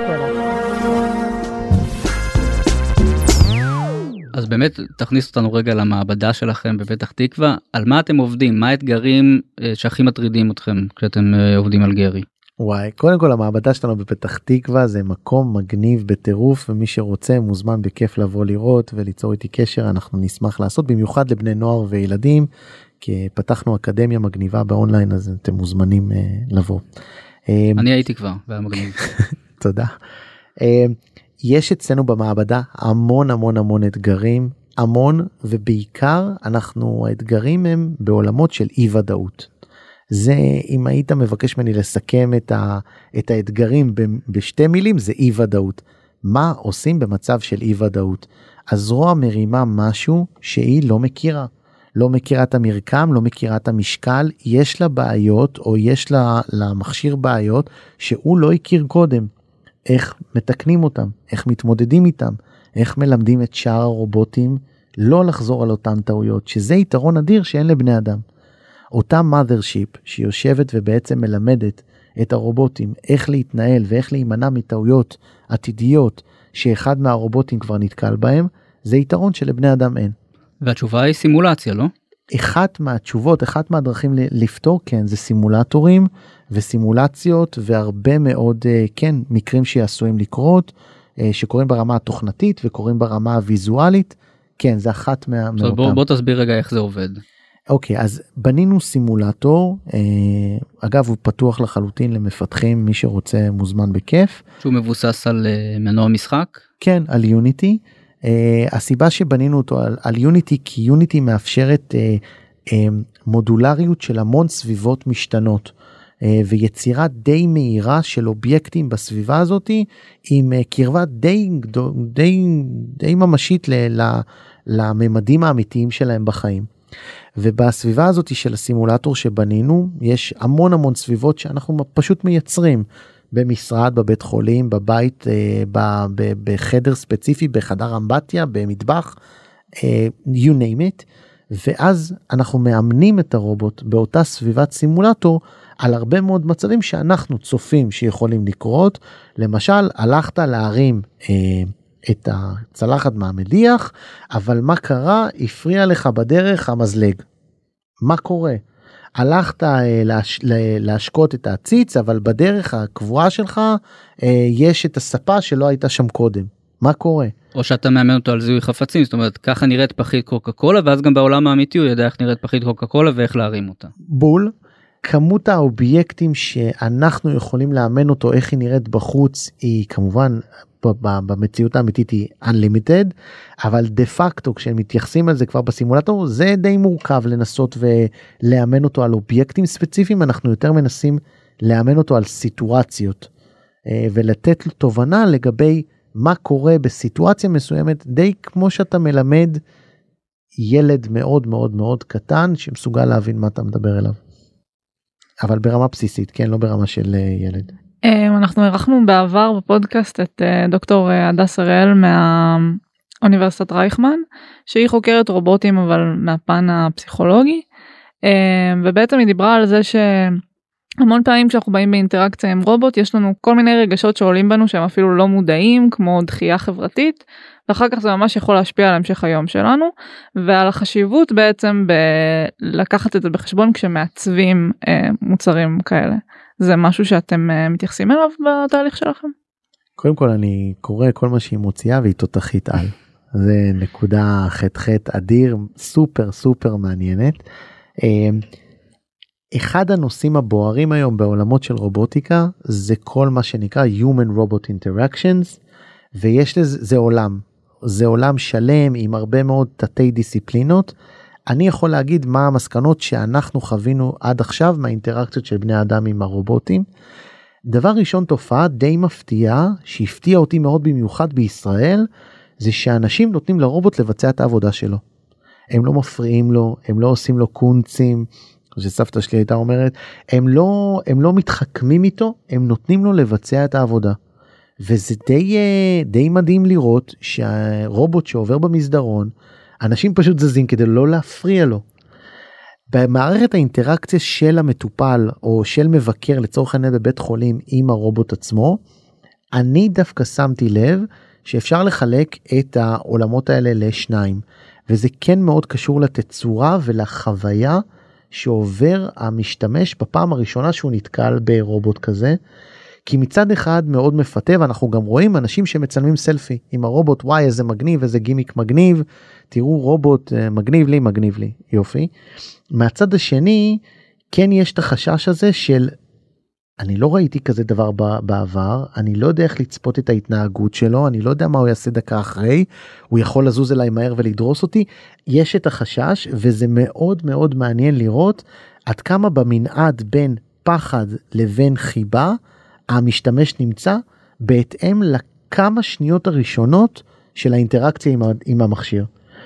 אז באמת תכניסו אותנו רגע למעבדה שלכם בפתח תקווה, על מה אתם עובדים, מה האתגרים שהכי מטרידים אתכם כשאתם עובדים על גרי? וואי, קודם כל המעבדה שלנו בפתח תקווה זה מקום מגניב בטירוף, ומי שרוצה מוזמן בכיף לבוא לראות וליצור איתי קשר, אנחנו נשמח לעשות, במיוחד לבני נוער וילדים, כי פתחנו אקדמיה מגניבה באונליין, אז אתם מוזמנים לבוא. אני הייתי כבר, והיה מגניב. תודה. יש אצלנו במעבדה המון המון המון אתגרים, המון, ובעיקר אנחנו, האתגרים הם בעולמות של אי ודאות. זה, אם היית מבקש ממני לסכם את, ה, את האתגרים בשתי מילים, זה אי ודאות. מה עושים במצב של אי ודאות? הזרוע מרימה משהו שהיא לא מכירה. לא מכירה את המרקם, לא מכירה את המשקל, יש לה בעיות, או יש לה, למכשיר בעיות, שהוא לא הכיר קודם. איך מתקנים אותם, איך מתמודדים איתם, איך מלמדים את שאר הרובוטים לא לחזור על אותן טעויות, שזה יתרון אדיר שאין לבני אדם. אותה mothership שיושבת ובעצם מלמדת את הרובוטים איך להתנהל ואיך להימנע מטעויות עתידיות שאחד מהרובוטים כבר נתקל בהם, זה יתרון שלבני אדם אין. והתשובה היא סימולציה, לא? אחת מהתשובות, אחת מהדרכים לפתור, כן, זה סימולטורים וסימולציות, והרבה מאוד, כן, מקרים שעשויים לקרות, שקורים ברמה התוכנתית וקורים ברמה הוויזואלית, כן, זה אחת מה... טוב, בוא, בוא תסביר רגע איך זה עובד. אוקיי, אז בנינו סימולטור, אגב הוא פתוח לחלוטין למפתחים, מי שרוצה מוזמן בכיף. שהוא מבוסס על מנוע משחק? כן, על יוניטי. Uh, הסיבה שבנינו אותו על, על יוניטי, כי יוניטי מאפשרת uh, uh, מודולריות של המון סביבות משתנות. ויצירה די מהירה של אובייקטים בסביבה הזאת, עם קרבה די, די, די ממשית ל, ל, לממדים האמיתיים שלהם בחיים. ובסביבה הזאת של הסימולטור שבנינו, יש המון המון סביבות שאנחנו פשוט מייצרים, במשרד, בבית חולים, בבית, בחדר ספציפי, בחדר אמבטיה, במטבח, you name it, ואז אנחנו מאמנים את הרובוט באותה סביבת סימולטור, על הרבה מאוד מצבים שאנחנו צופים שיכולים לקרות. למשל, הלכת להרים אה, את הצלחת מהמדיח, אבל מה קרה? הפריע לך בדרך המזלג. מה קורה? הלכת אה, להש, להשקות את העציץ, אבל בדרך הקבועה שלך אה, יש את הספה שלא הייתה שם קודם. מה קורה? או שאתה מאמן אותו על זיהוי חפצים, זאת אומרת, ככה נראית פחית קוקה קולה, ואז גם בעולם האמיתי הוא יודע איך נראית פחית קוקה קולה ואיך להרים אותה. בול. כמות האובייקטים שאנחנו יכולים לאמן אותו איך היא נראית בחוץ היא כמובן במציאות האמיתית היא unlimited, אבל דה פקטו כשהם מתייחסים על זה כבר בסימולטור זה די מורכב לנסות ולאמן אותו על אובייקטים ספציפיים. אנחנו יותר מנסים לאמן אותו על סיטואציות ולתת לו תובנה לגבי מה קורה בסיטואציה מסוימת, די כמו שאתה מלמד ילד מאוד מאוד מאוד קטן שמסוגל להבין מה אתה מדבר אליו. אבל ברמה בסיסית, כן, לא ברמה של ילד. אנחנו ערכנו בעבר בפודקאסט את דוקטור הדס הראל מהאוניברסיטת רייכמן, שהיא חוקרת רובוטים אבל מהפן הפסיכולוגי, ובעצם היא דיברה על זה שהמון פעמים כשאנחנו באים באינטראקציה עם רובוט, יש לנו כל מיני רגשות שעולים בנו שהם אפילו לא מודעים, כמו דחייה חברתית, ואחר כך זה ממש יכול להשפיע על המשך היום שלנו, ועל החשיבות בעצם בלקחת את זה בחשבון כשמעצבים אה, מוצרים כאלה. זה משהו שאתם אה, מתייחסים אליו בתהליך שלכם? קודם כל אני קורא כל מה שהיא מוציאה והיא תותחית על. זה נקודה חטחט אדיר, סופר סופר מעניינת. אה, אחד הנושאים הבוערים היום בעולמות של רובוטיקה, זה כל מה שנקרא Human Robot Interactions, ויש לזה, זה עולם. זה עולם שלם עם הרבה מאוד תתי דיסציפלינות. אני יכול להגיד מה המסקנות שאנחנו חווינו עד עכשיו מהאינטראקציות של בני אדם עם הרובוטים. דבר ראשון, תופעה די מפתיעה, שהפתיעה אותי מאוד במיוחד בישראל, זה שאנשים נותנים לרובוט לבצע את העבודה שלו. הם לא מפריעים לו, הם לא עושים לו קונצים, שסבתא שלי הייתה אומרת, הם לא, הם לא מתחכמים איתו, הם נותנים לו לבצע את העבודה. וזה די, די מדהים לראות שהרובוט שעובר במסדרון, אנשים פשוט זזים כדי לא להפריע לו. במערכת האינטראקציה של המטופל או של מבקר לצורך העניין בבית חולים עם הרובוט עצמו, אני דווקא שמתי לב שאפשר לחלק את העולמות האלה לשניים, וזה כן מאוד קשור לתצורה ולחוויה שעובר המשתמש בפעם הראשונה שהוא נתקל ברובוט כזה. כי מצד אחד מאוד מפתה, ואנחנו גם רואים אנשים שמצלמים סלפי עם הרובוט, וואי איזה מגניב, איזה גימיק מגניב, תראו רובוט מגניב לי, מגניב לי, יופי. מהצד השני, כן יש את החשש הזה של, אני לא ראיתי כזה דבר בעבר, אני לא יודע איך לצפות את ההתנהגות שלו, אני לא יודע מה הוא יעשה דקה אחרי, הוא יכול לזוז אליי מהר ולדרוס אותי, יש את החשש, וזה מאוד מאוד מעניין לראות, עד כמה במנעד בין פחד לבין חיבה, המשתמש נמצא בהתאם לכמה שניות הראשונות של האינטראקציה עם, עם המכשיר.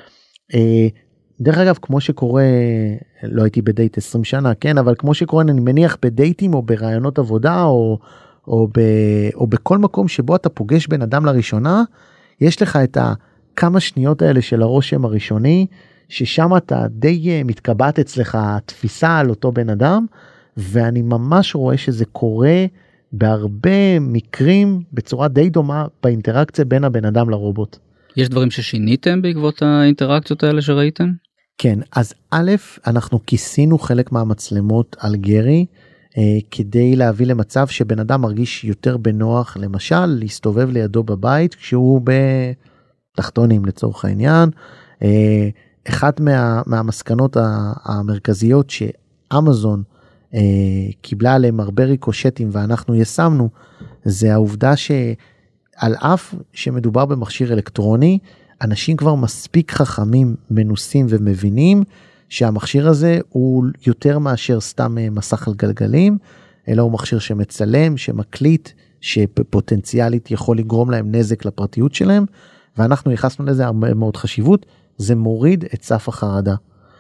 דרך אגב, כמו שקורה, לא הייתי בדייט עשרים שנה, כן, אבל כמו שקורה, אני מניח בדייטים או ברעיונות עבודה או, או, ב, או בכל מקום שבו אתה פוגש בן אדם לראשונה, יש לך את הכמה שניות האלה של הרושם הראשוני, ששם אתה די מתקבעת אצלך תפיסה על אותו בן אדם, ואני ממש רואה שזה קורה בהרבה מקרים בצורה די דומה באינטראקציה בין הבן אדם לרובוט. יש דברים ששיניתם בעקבות האינטראקציות האלה שראיתם? כן, אז א', אנחנו כיסינו חלק מהמצלמות על גרי, אה, כדי להביא למצב שבן אדם מרגיש יותר בנוח, למשל, להסתובב לידו בבית, כשהוא בתחתונים לצורך העניין. אה, אחת מה, מהמסקנות המרכזיות שאמזון אה, קיבלה עליהם הרבה ריקושטים ואנחנו ישמנו, זה העובדה שעל אף שמדובר במכשיר אלקטרוני, אנשים כבר מספיק חכמים, מנוסים ומבינים שהמכשיר הזה הוא יותר מאשר סתם מסך על גלגלים, אלא הוא מכשיר שמצלם, שמקליט, שפוטנציאלית יכול לגרום להם נזק לפרטיות שלהם, ואנחנו ייחסנו לזה הרבה מאוד חשיבות, זה מוריד את סף החרדה.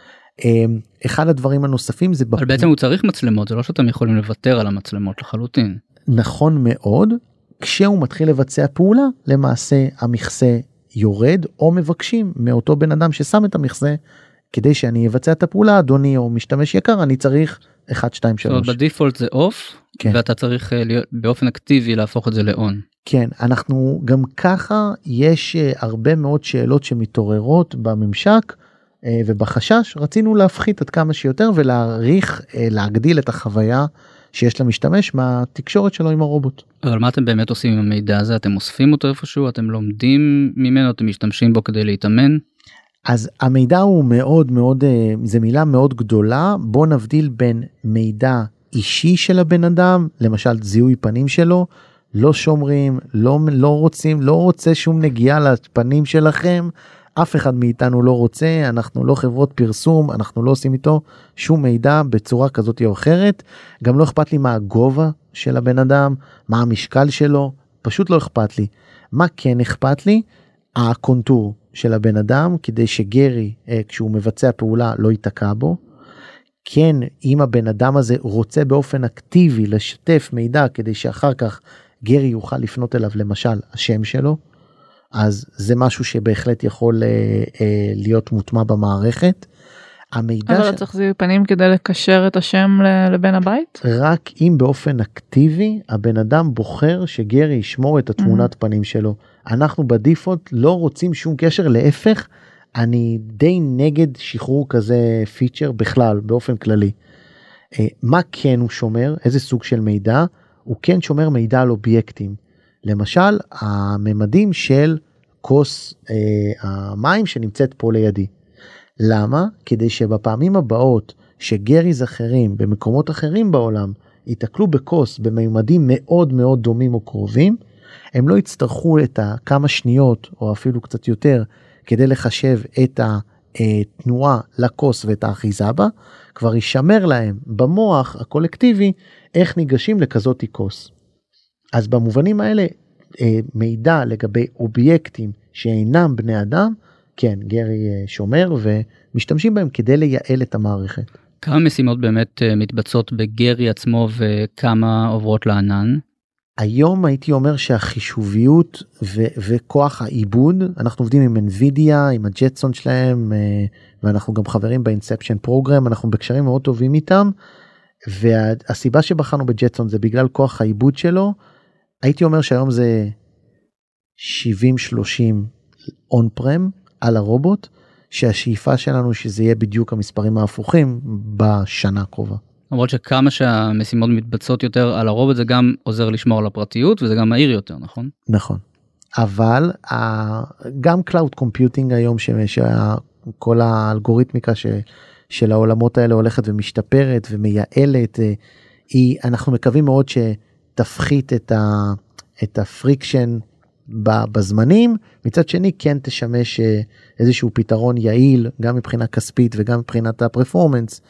אחד הדברים הנוספים זה... אבל בעצם הוא צריך מצלמות, זה לא שאתם יכולים לוותר על המצלמות לחלוטין. נכון מאוד, כשהוא מתחיל לבצע פעולה, למעשה המכסה יורד, או מבקשים מאותו בן אדם ששם את המכסה, כדי שאני אבצע את הפעולה, אדוני או משתמש יקר, אני צריך אחת, שתיים, שלוש. זאת אומרת, בדיפולט זה אוף, כן. ואתה צריך להיות, באופן אקטיבי להפוך את זה לאון. כן, אנחנו גם ככה, יש הרבה מאוד שאלות שמתעוררות בממשק, ובחשש רצינו להפחית עד כמה שיותר, ולהעריך, להגדיל את החוויה שיש למשתמש מהתקשורת שלו עם הרובוט. אבל מה אתם באמת עושים עם המידע הזה? אתם אוספים אותו איפשהו? אתם לומדים ממנו? אתם משתמשים בו כדי להתאמן? אז המידע הוא מאוד מאוד, זה מילה מאוד גדולה, בוא נבדיל בין מידע אישי של הבן אדם, למשל זיהוי פנים שלו, לא שומרים, לא, לא רוצים, לא רוצה שום נגיעה לפנים שלכם, אף אחד מאיתנו לא רוצה, אנחנו לא חברות פרסום, אנחנו לא עושים איתו שום מידע בצורה כזאת או אחרת, גם לא אכפת לי מה הגובה של הבן אדם, מה המשקל שלו, פשוט לא אכפת לי. מה כן אכפת לי? הקונטור של הבן אדם, כדי שגרי, כשהוא מבצע פעולה, לא ייתקע בו. כן, אם הבן אדם הזה רוצה באופן אקטיבי לשתף מידע, כדי שאחר כך גרי יוכל לפנות אליו, למשל, השם שלו, אז זה משהו שבהחלט יכול אה, אה, להיות מוטמע במערכת. המידע אבל ש... צריך זיהוי פנים כדי לקשר את השם לבין הבית? רק אם באופן אקטיבי הבן אדם בוחר שגרי ישמור את התמונת mm-hmm. פנים שלו. אנחנו בדיפולט לא רוצים שום קשר, להפך, אני די נגד שחרור כזה פיצ'ר בכלל, באופן כללי. אה, מה כן הוא שומר? איזה סוג של מידע? הוא כן שומר מידע על אובייקטים. למשל, הממדים של כוס אה, המים שנמצאת פה לידי. למה? כדי שבפעמים הבאות שגריז אחרים במקומות אחרים בעולם ייתקלו בכוס בממדים מאוד מאוד דומים או קרובים, הם לא יצטרכו את כמה שניות או אפילו קצת יותר כדי לחשב את התנועה לכוס ואת האחיזה בה, כבר יישמר להם במוח הקולקטיבי איך ניגשים לכזאת כוס. אז במובנים האלה, מידע לגבי אובייקטים שאינם בני אדם, כן, גרי שומר ומשתמשים בהם כדי לייעל את המערכת. כמה משימות באמת מתבצעות בגרי עצמו וכמה עוברות לענן? היום הייתי אומר שהחישוביות ו- וכוח העיבוד, אנחנו עובדים עם אנווידיה, עם הג'טסון שלהם, ואנחנו גם חברים באינספשן פרוגרם, אנחנו בקשרים מאוד טובים איתם, והסיבה שבחרנו בג'טסון זה בגלל כוח העיבוד שלו. הייתי אומר שהיום זה שבעים שלושים און פרם על הרובוט, שהשאיפה שלנו שזה יהיה בדיוק המספרים ההפוכים בשנה הקרובה. למרות שכמה שהמשימות מתבצעות יותר על הרובוט, זה גם עוזר לשמור על הפרטיות, וזה גם מהיר יותר, נכון? נכון. אבל גם Cloud Computing היום, שכל האלגוריתמיקה ש... של העולמות האלה הולכת ומשתפרת ומייעלת, היא, אנחנו מקווים מאוד שתפחית את ה, את הפריקשן בזמנים, מצד שני כן תשמש איזשהו פתרון יעיל, גם מבחינה כספית וגם מבחינת הפרפורמנס,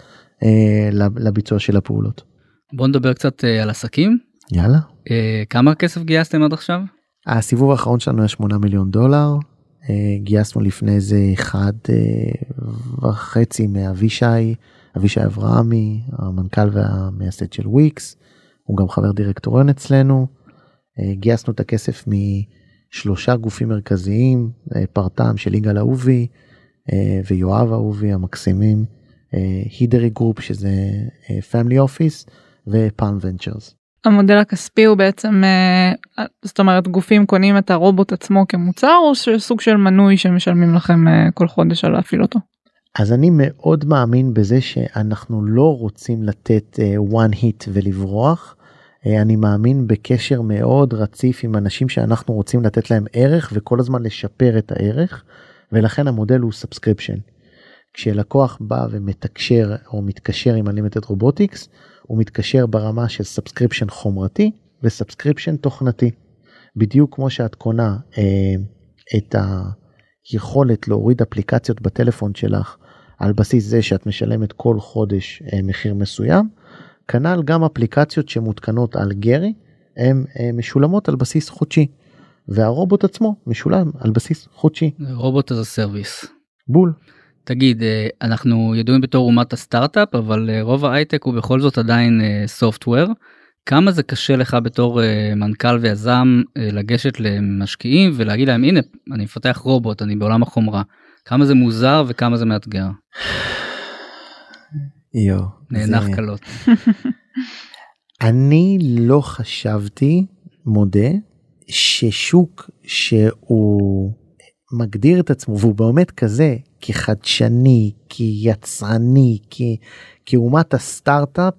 לביצוע של הפעולות. בואו נדבר קצת על עסקים. יאללה. כמה כסף גייסתם עד עכשיו? הסיבוב האחרון שלנו היה שמונה מיליון דולר, גייסנו לפני זה אחד וחצי מאבישי, אבישי אברהמי, המנכ"ל והמייסד של וויקס, הוא גם חבר דירקטוריון אצלנו. גייסנו את הכסף משלושה גופים מרכזיים, פרטם של יגאל אהובי ויואב אהובי המקסימים, הידרי גרופ שזה פמילי אופיס ופאלם ונצ'רס. המודל הכספי הוא בעצם, זאת אומרת, גופים קונים את הרובוט עצמו כמוצר, או סוג של מנוי שמשלמים לכם כל חודש על להפעיל אותו? אז אני מאוד מאמין בזה שאנחנו לא רוצים לתת one hit ולברוח. אני מאמין בקשר מאוד רציף עם אנשים שאנחנו רוצים לתת להם ערך, וכל הזמן לשפר את הערך, ולכן המודל הוא subscription. כשלקוח בא ומתקשר או מתקשר עם Unlimited Robotics, הוא מתקשר ברמה של סאבסקריפשן חומרתי וסאבסקריפשן תוכנתי. בדיוק כמו שאת קונה אה, את היכולת להוריד אפליקציות בטלפון שלך, על בסיס זה שאת משלמת כל חודש אה, מחיר מסוים, כנ"ל גם אפליקציות שמותקנות על גרי, הן משולמות על בסיס חודשי, והרובוט עצמו משולם על בסיס חודשי. רובוט as a service. בול. תגיד, אנחנו ידועים בתור אומת הסטארט-אפ, אבל רוב ההייטק הוא בכל זאת עדיין סופטוור. כמה זה קשה לך בתור מנכ"ל ויזם לגשת למשקיעים ולהגיד להם, הנה, אני מפתח רובוט, אני בעולם החומרה. כמה זה מוזר וכמה זה מאתגר? יו. נאנח קלות. אני לא חשבתי, מודה, ששוק שהוא מגדיר את עצמו, והוא באמת כזה, כחדשני, כיצרני, כאומת הסטארט-אפ,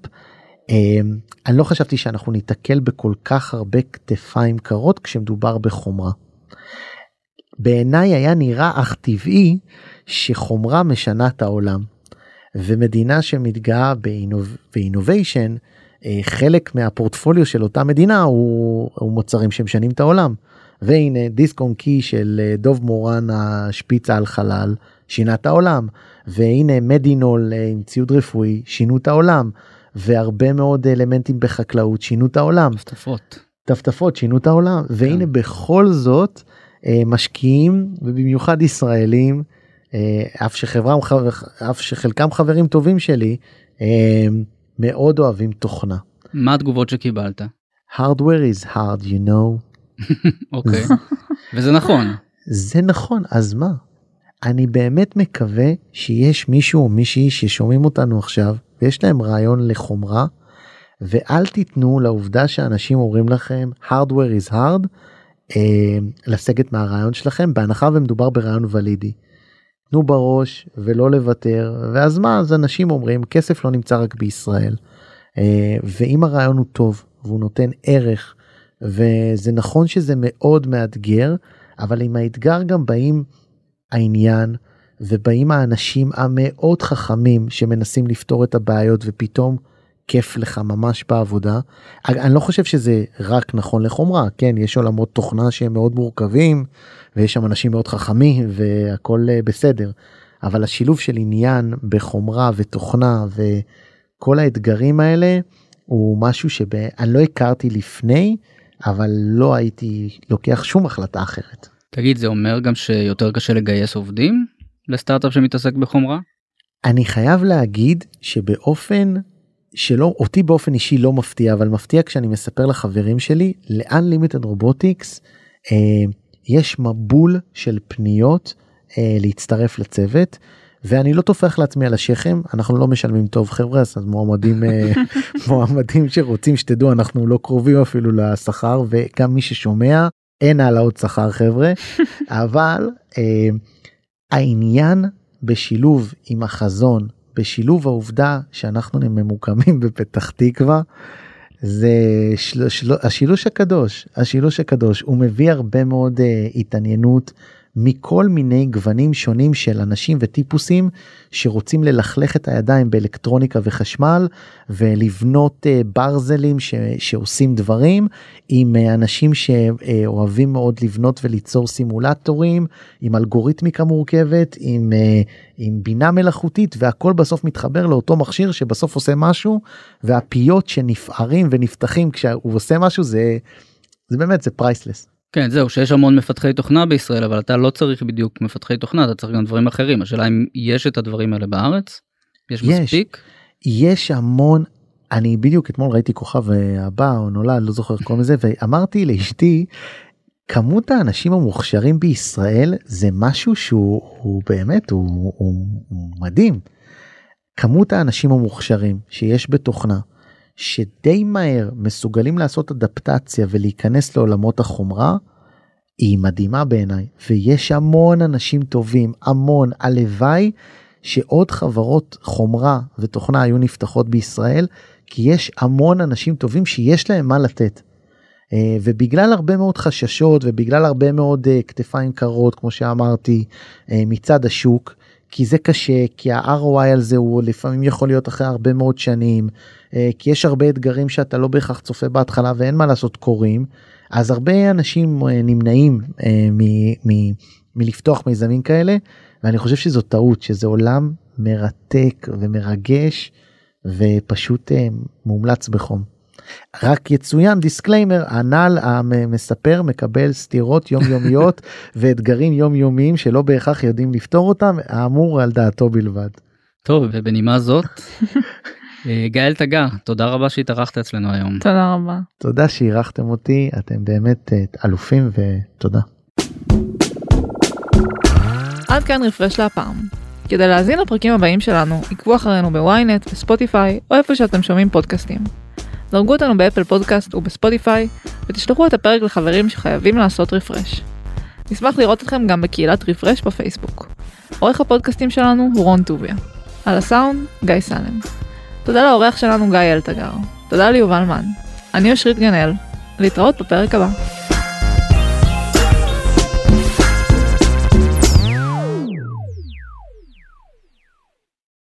אני לא חשבתי שאנחנו ניתקל בכל כך הרבה כתפיים קרות כשמדובר בחומרה. בעיניי היה נראה אך טבעי שחומרה משנה את העולם, ומדינה שמתגאה באינוביישן, חלק מהפורטפוליו של אותה מדינה הוא, הוא מוצרים שמשנים את העולם. והנה דיסק און קי של דוב מורן השפיצה על חלל שינה את העולם, והנה מדינול עם ציוד רפואי שינו את העולם, והרבה מאוד אלמנטים בחקלאות שינו את העולם. טפטפות. טפטפות שינו את העולם, והנה בכל זאת משקיעים, ובמיוחד ישראלים, אף שחברם, אף שחלקם חברים טובים שלי, מאוד אוהבים תוכנה. מה התגובות שקיבלת? Hardware is hard, you know. אוקיי. וזה נכון. זה נכון, אז מה? אני באמת מקווה שיש מישהו או מישהי ששומעים אותנו עכשיו, ויש להם רעיון לחומרה, ואל תיתנו לעובדה שאנשים אומרים לכם, Hardware is hard, אה, לסגת מהרעיון שלכם, בהנחה ומדובר ברעיון ולידי. תנו בראש ולא לוותר, ואז מה? אז אנשים אומרים, כסף לא נמצא רק בישראל, ואם הרעיון הוא טוב, והוא נותן ערך, וזה נכון שזה מאוד מאתגר, אבל עם האתגר גם באים העניין, ובאים האנשים המאוד חכמים, שמנסים לפתור את הבעיות, ופתאום כיף לך ממש בעבודה. אני לא חושב שזה רק נכון לחומרה, כן, יש עולמות תוכנה שהם מאוד מורכבים, ויש שם אנשים מאוד חכמים, והכל בסדר. אבל השילוב של עניין בחומרה ותוכנה, וכל האתגרים האלה, הוא משהו שאני לא הכרתי לפני, אבל לא הייתי לוקח שום החלטה אחרת. תגיד, זה אומר גם שיותר קשה לגייס עובדים לסטארט-אפ שמתעסק בחומרה? אני חייב להגיד שבאופן שלא, אותי באופן אישי לא מפתיע, אבל מפתיע כשאני מספר לחברים שלי, ל-Unlimited Robotics, אה, יש מבול של פניות אה, להצטרף לצוות, ואני לא תופך לעצמי על השכם, אנחנו לא משלמים טוב חבר'ה, אז מועמדים, אה, מועמדים שרוצים שתדעו, אנחנו לא קרובים אפילו לשכר, וגם מי ששומע, אין העלאות שכר חבר'ה, אבל אה, העניין בשילוב עם החזון, בשילוב העובדה שאנחנו ממוקמים בפתח תקווה, זה של, של, השילוש הקדוש, השילוש הקדוש, הוא מביא הרבה מאוד uh, התעניינות מכל מיני גוונים שונים של אנשים וטיפוסים שרוצים ללכלך את הידיים באלקטרוניקה וחשמל ולבנות uh, ברזלים ש, שעושים דברים עם uh, אנשים שאוהבים מאוד לבנות וליצור סימולטורים עם אלגוריתמיקה מורכבת, עם, uh, עם בינה מלאכותית, והכל בסוף מתחבר לאותו מכשיר שבסוף עושה משהו, והפיות שנפערים ונפתחים כשהוא עושה משהו, זה, זה באמת, זה פרייסלס. כן, זהו, שיש המון מפתחי תוכנה בישראל, אבל אתה לא צריך בדיוק מפתחי תוכנה, אתה צריך גם דברים אחרים. השאלה אם יש את הדברים האלה בארץ? יש, יש מספיק? יש המון, אני בדיוק אתמול ראיתי כוכב הבא או נולד, לא זוכר כל מזה, ואמרתי לאשתי, כמות האנשים המוכשרים בישראל זה משהו שהוא הוא באמת, הוא, הוא, הוא מדהים. כמות האנשים המוכשרים שיש בתוכנה, שדי מהר מסוגלים לעשות אדפטציה ולהיכנס לעולמות החומרה, היא מדהימה בעיניי. ויש המון אנשים טובים, המון, הלוואי שעוד חברות חומרה ותוכנה היו נפתחות בישראל, כי יש המון אנשים טובים שיש להם מה לתת. ובגלל הרבה מאוד חששות ובגלל הרבה מאוד כתפיים קרות, כמו שאמרתי, מצד השוק, כי זה קשה, כי ה-אר או איי על זה הוא לפעמים יכול להיות אחרי הרבה מאוד שנים, כי יש הרבה אתגרים שאתה לא בהכרח צופה בהתחלה ואין מה לעשות קוראים, אז הרבה אנשים נמנעים מ- מ- מלפתוח מיזמים כאלה, ואני חושב שזו טעות, שזה עולם מרתק ומרגש, ופשוט מומלץ בחום. רק יצוין דיסקליימר, הנ"ל המספר מקבל סתירות יומיומיות ואתגרים יומיומיים שלא בהכרח יודעים לפתור אותם, האמור על דעתו בלבד. טוב, ובנימה זאת, גאל תגר, תודה רבה שהתארחת אצלנו היום. תודה רבה. תודה שאירחתם אותי, אתם באמת אלופים ותודה. עד כאן רפרש להפעם. כדי להזין לפרקים הבאים שלנו, עקבו אחרינו בוויינט, בספוטיפיי, או איפה שאתם שומעים פודקאסטים. דרגו אותנו באפל פודקאסט ובספוטיפיי, ותשלחו את הפרק לחברים שחייבים לעשות רפרש. נשמח לראות אתכם גם בקהילת רפרש בפייסבוק. עורך הפודקאסטים שלנו הוא רון טוביה. על הסאונד, גיא סלם. תודה לעורך שלנו גיא אלתגר. תודה ליובל מן. אני אושרית גנאל. להתראות בפרק הבא.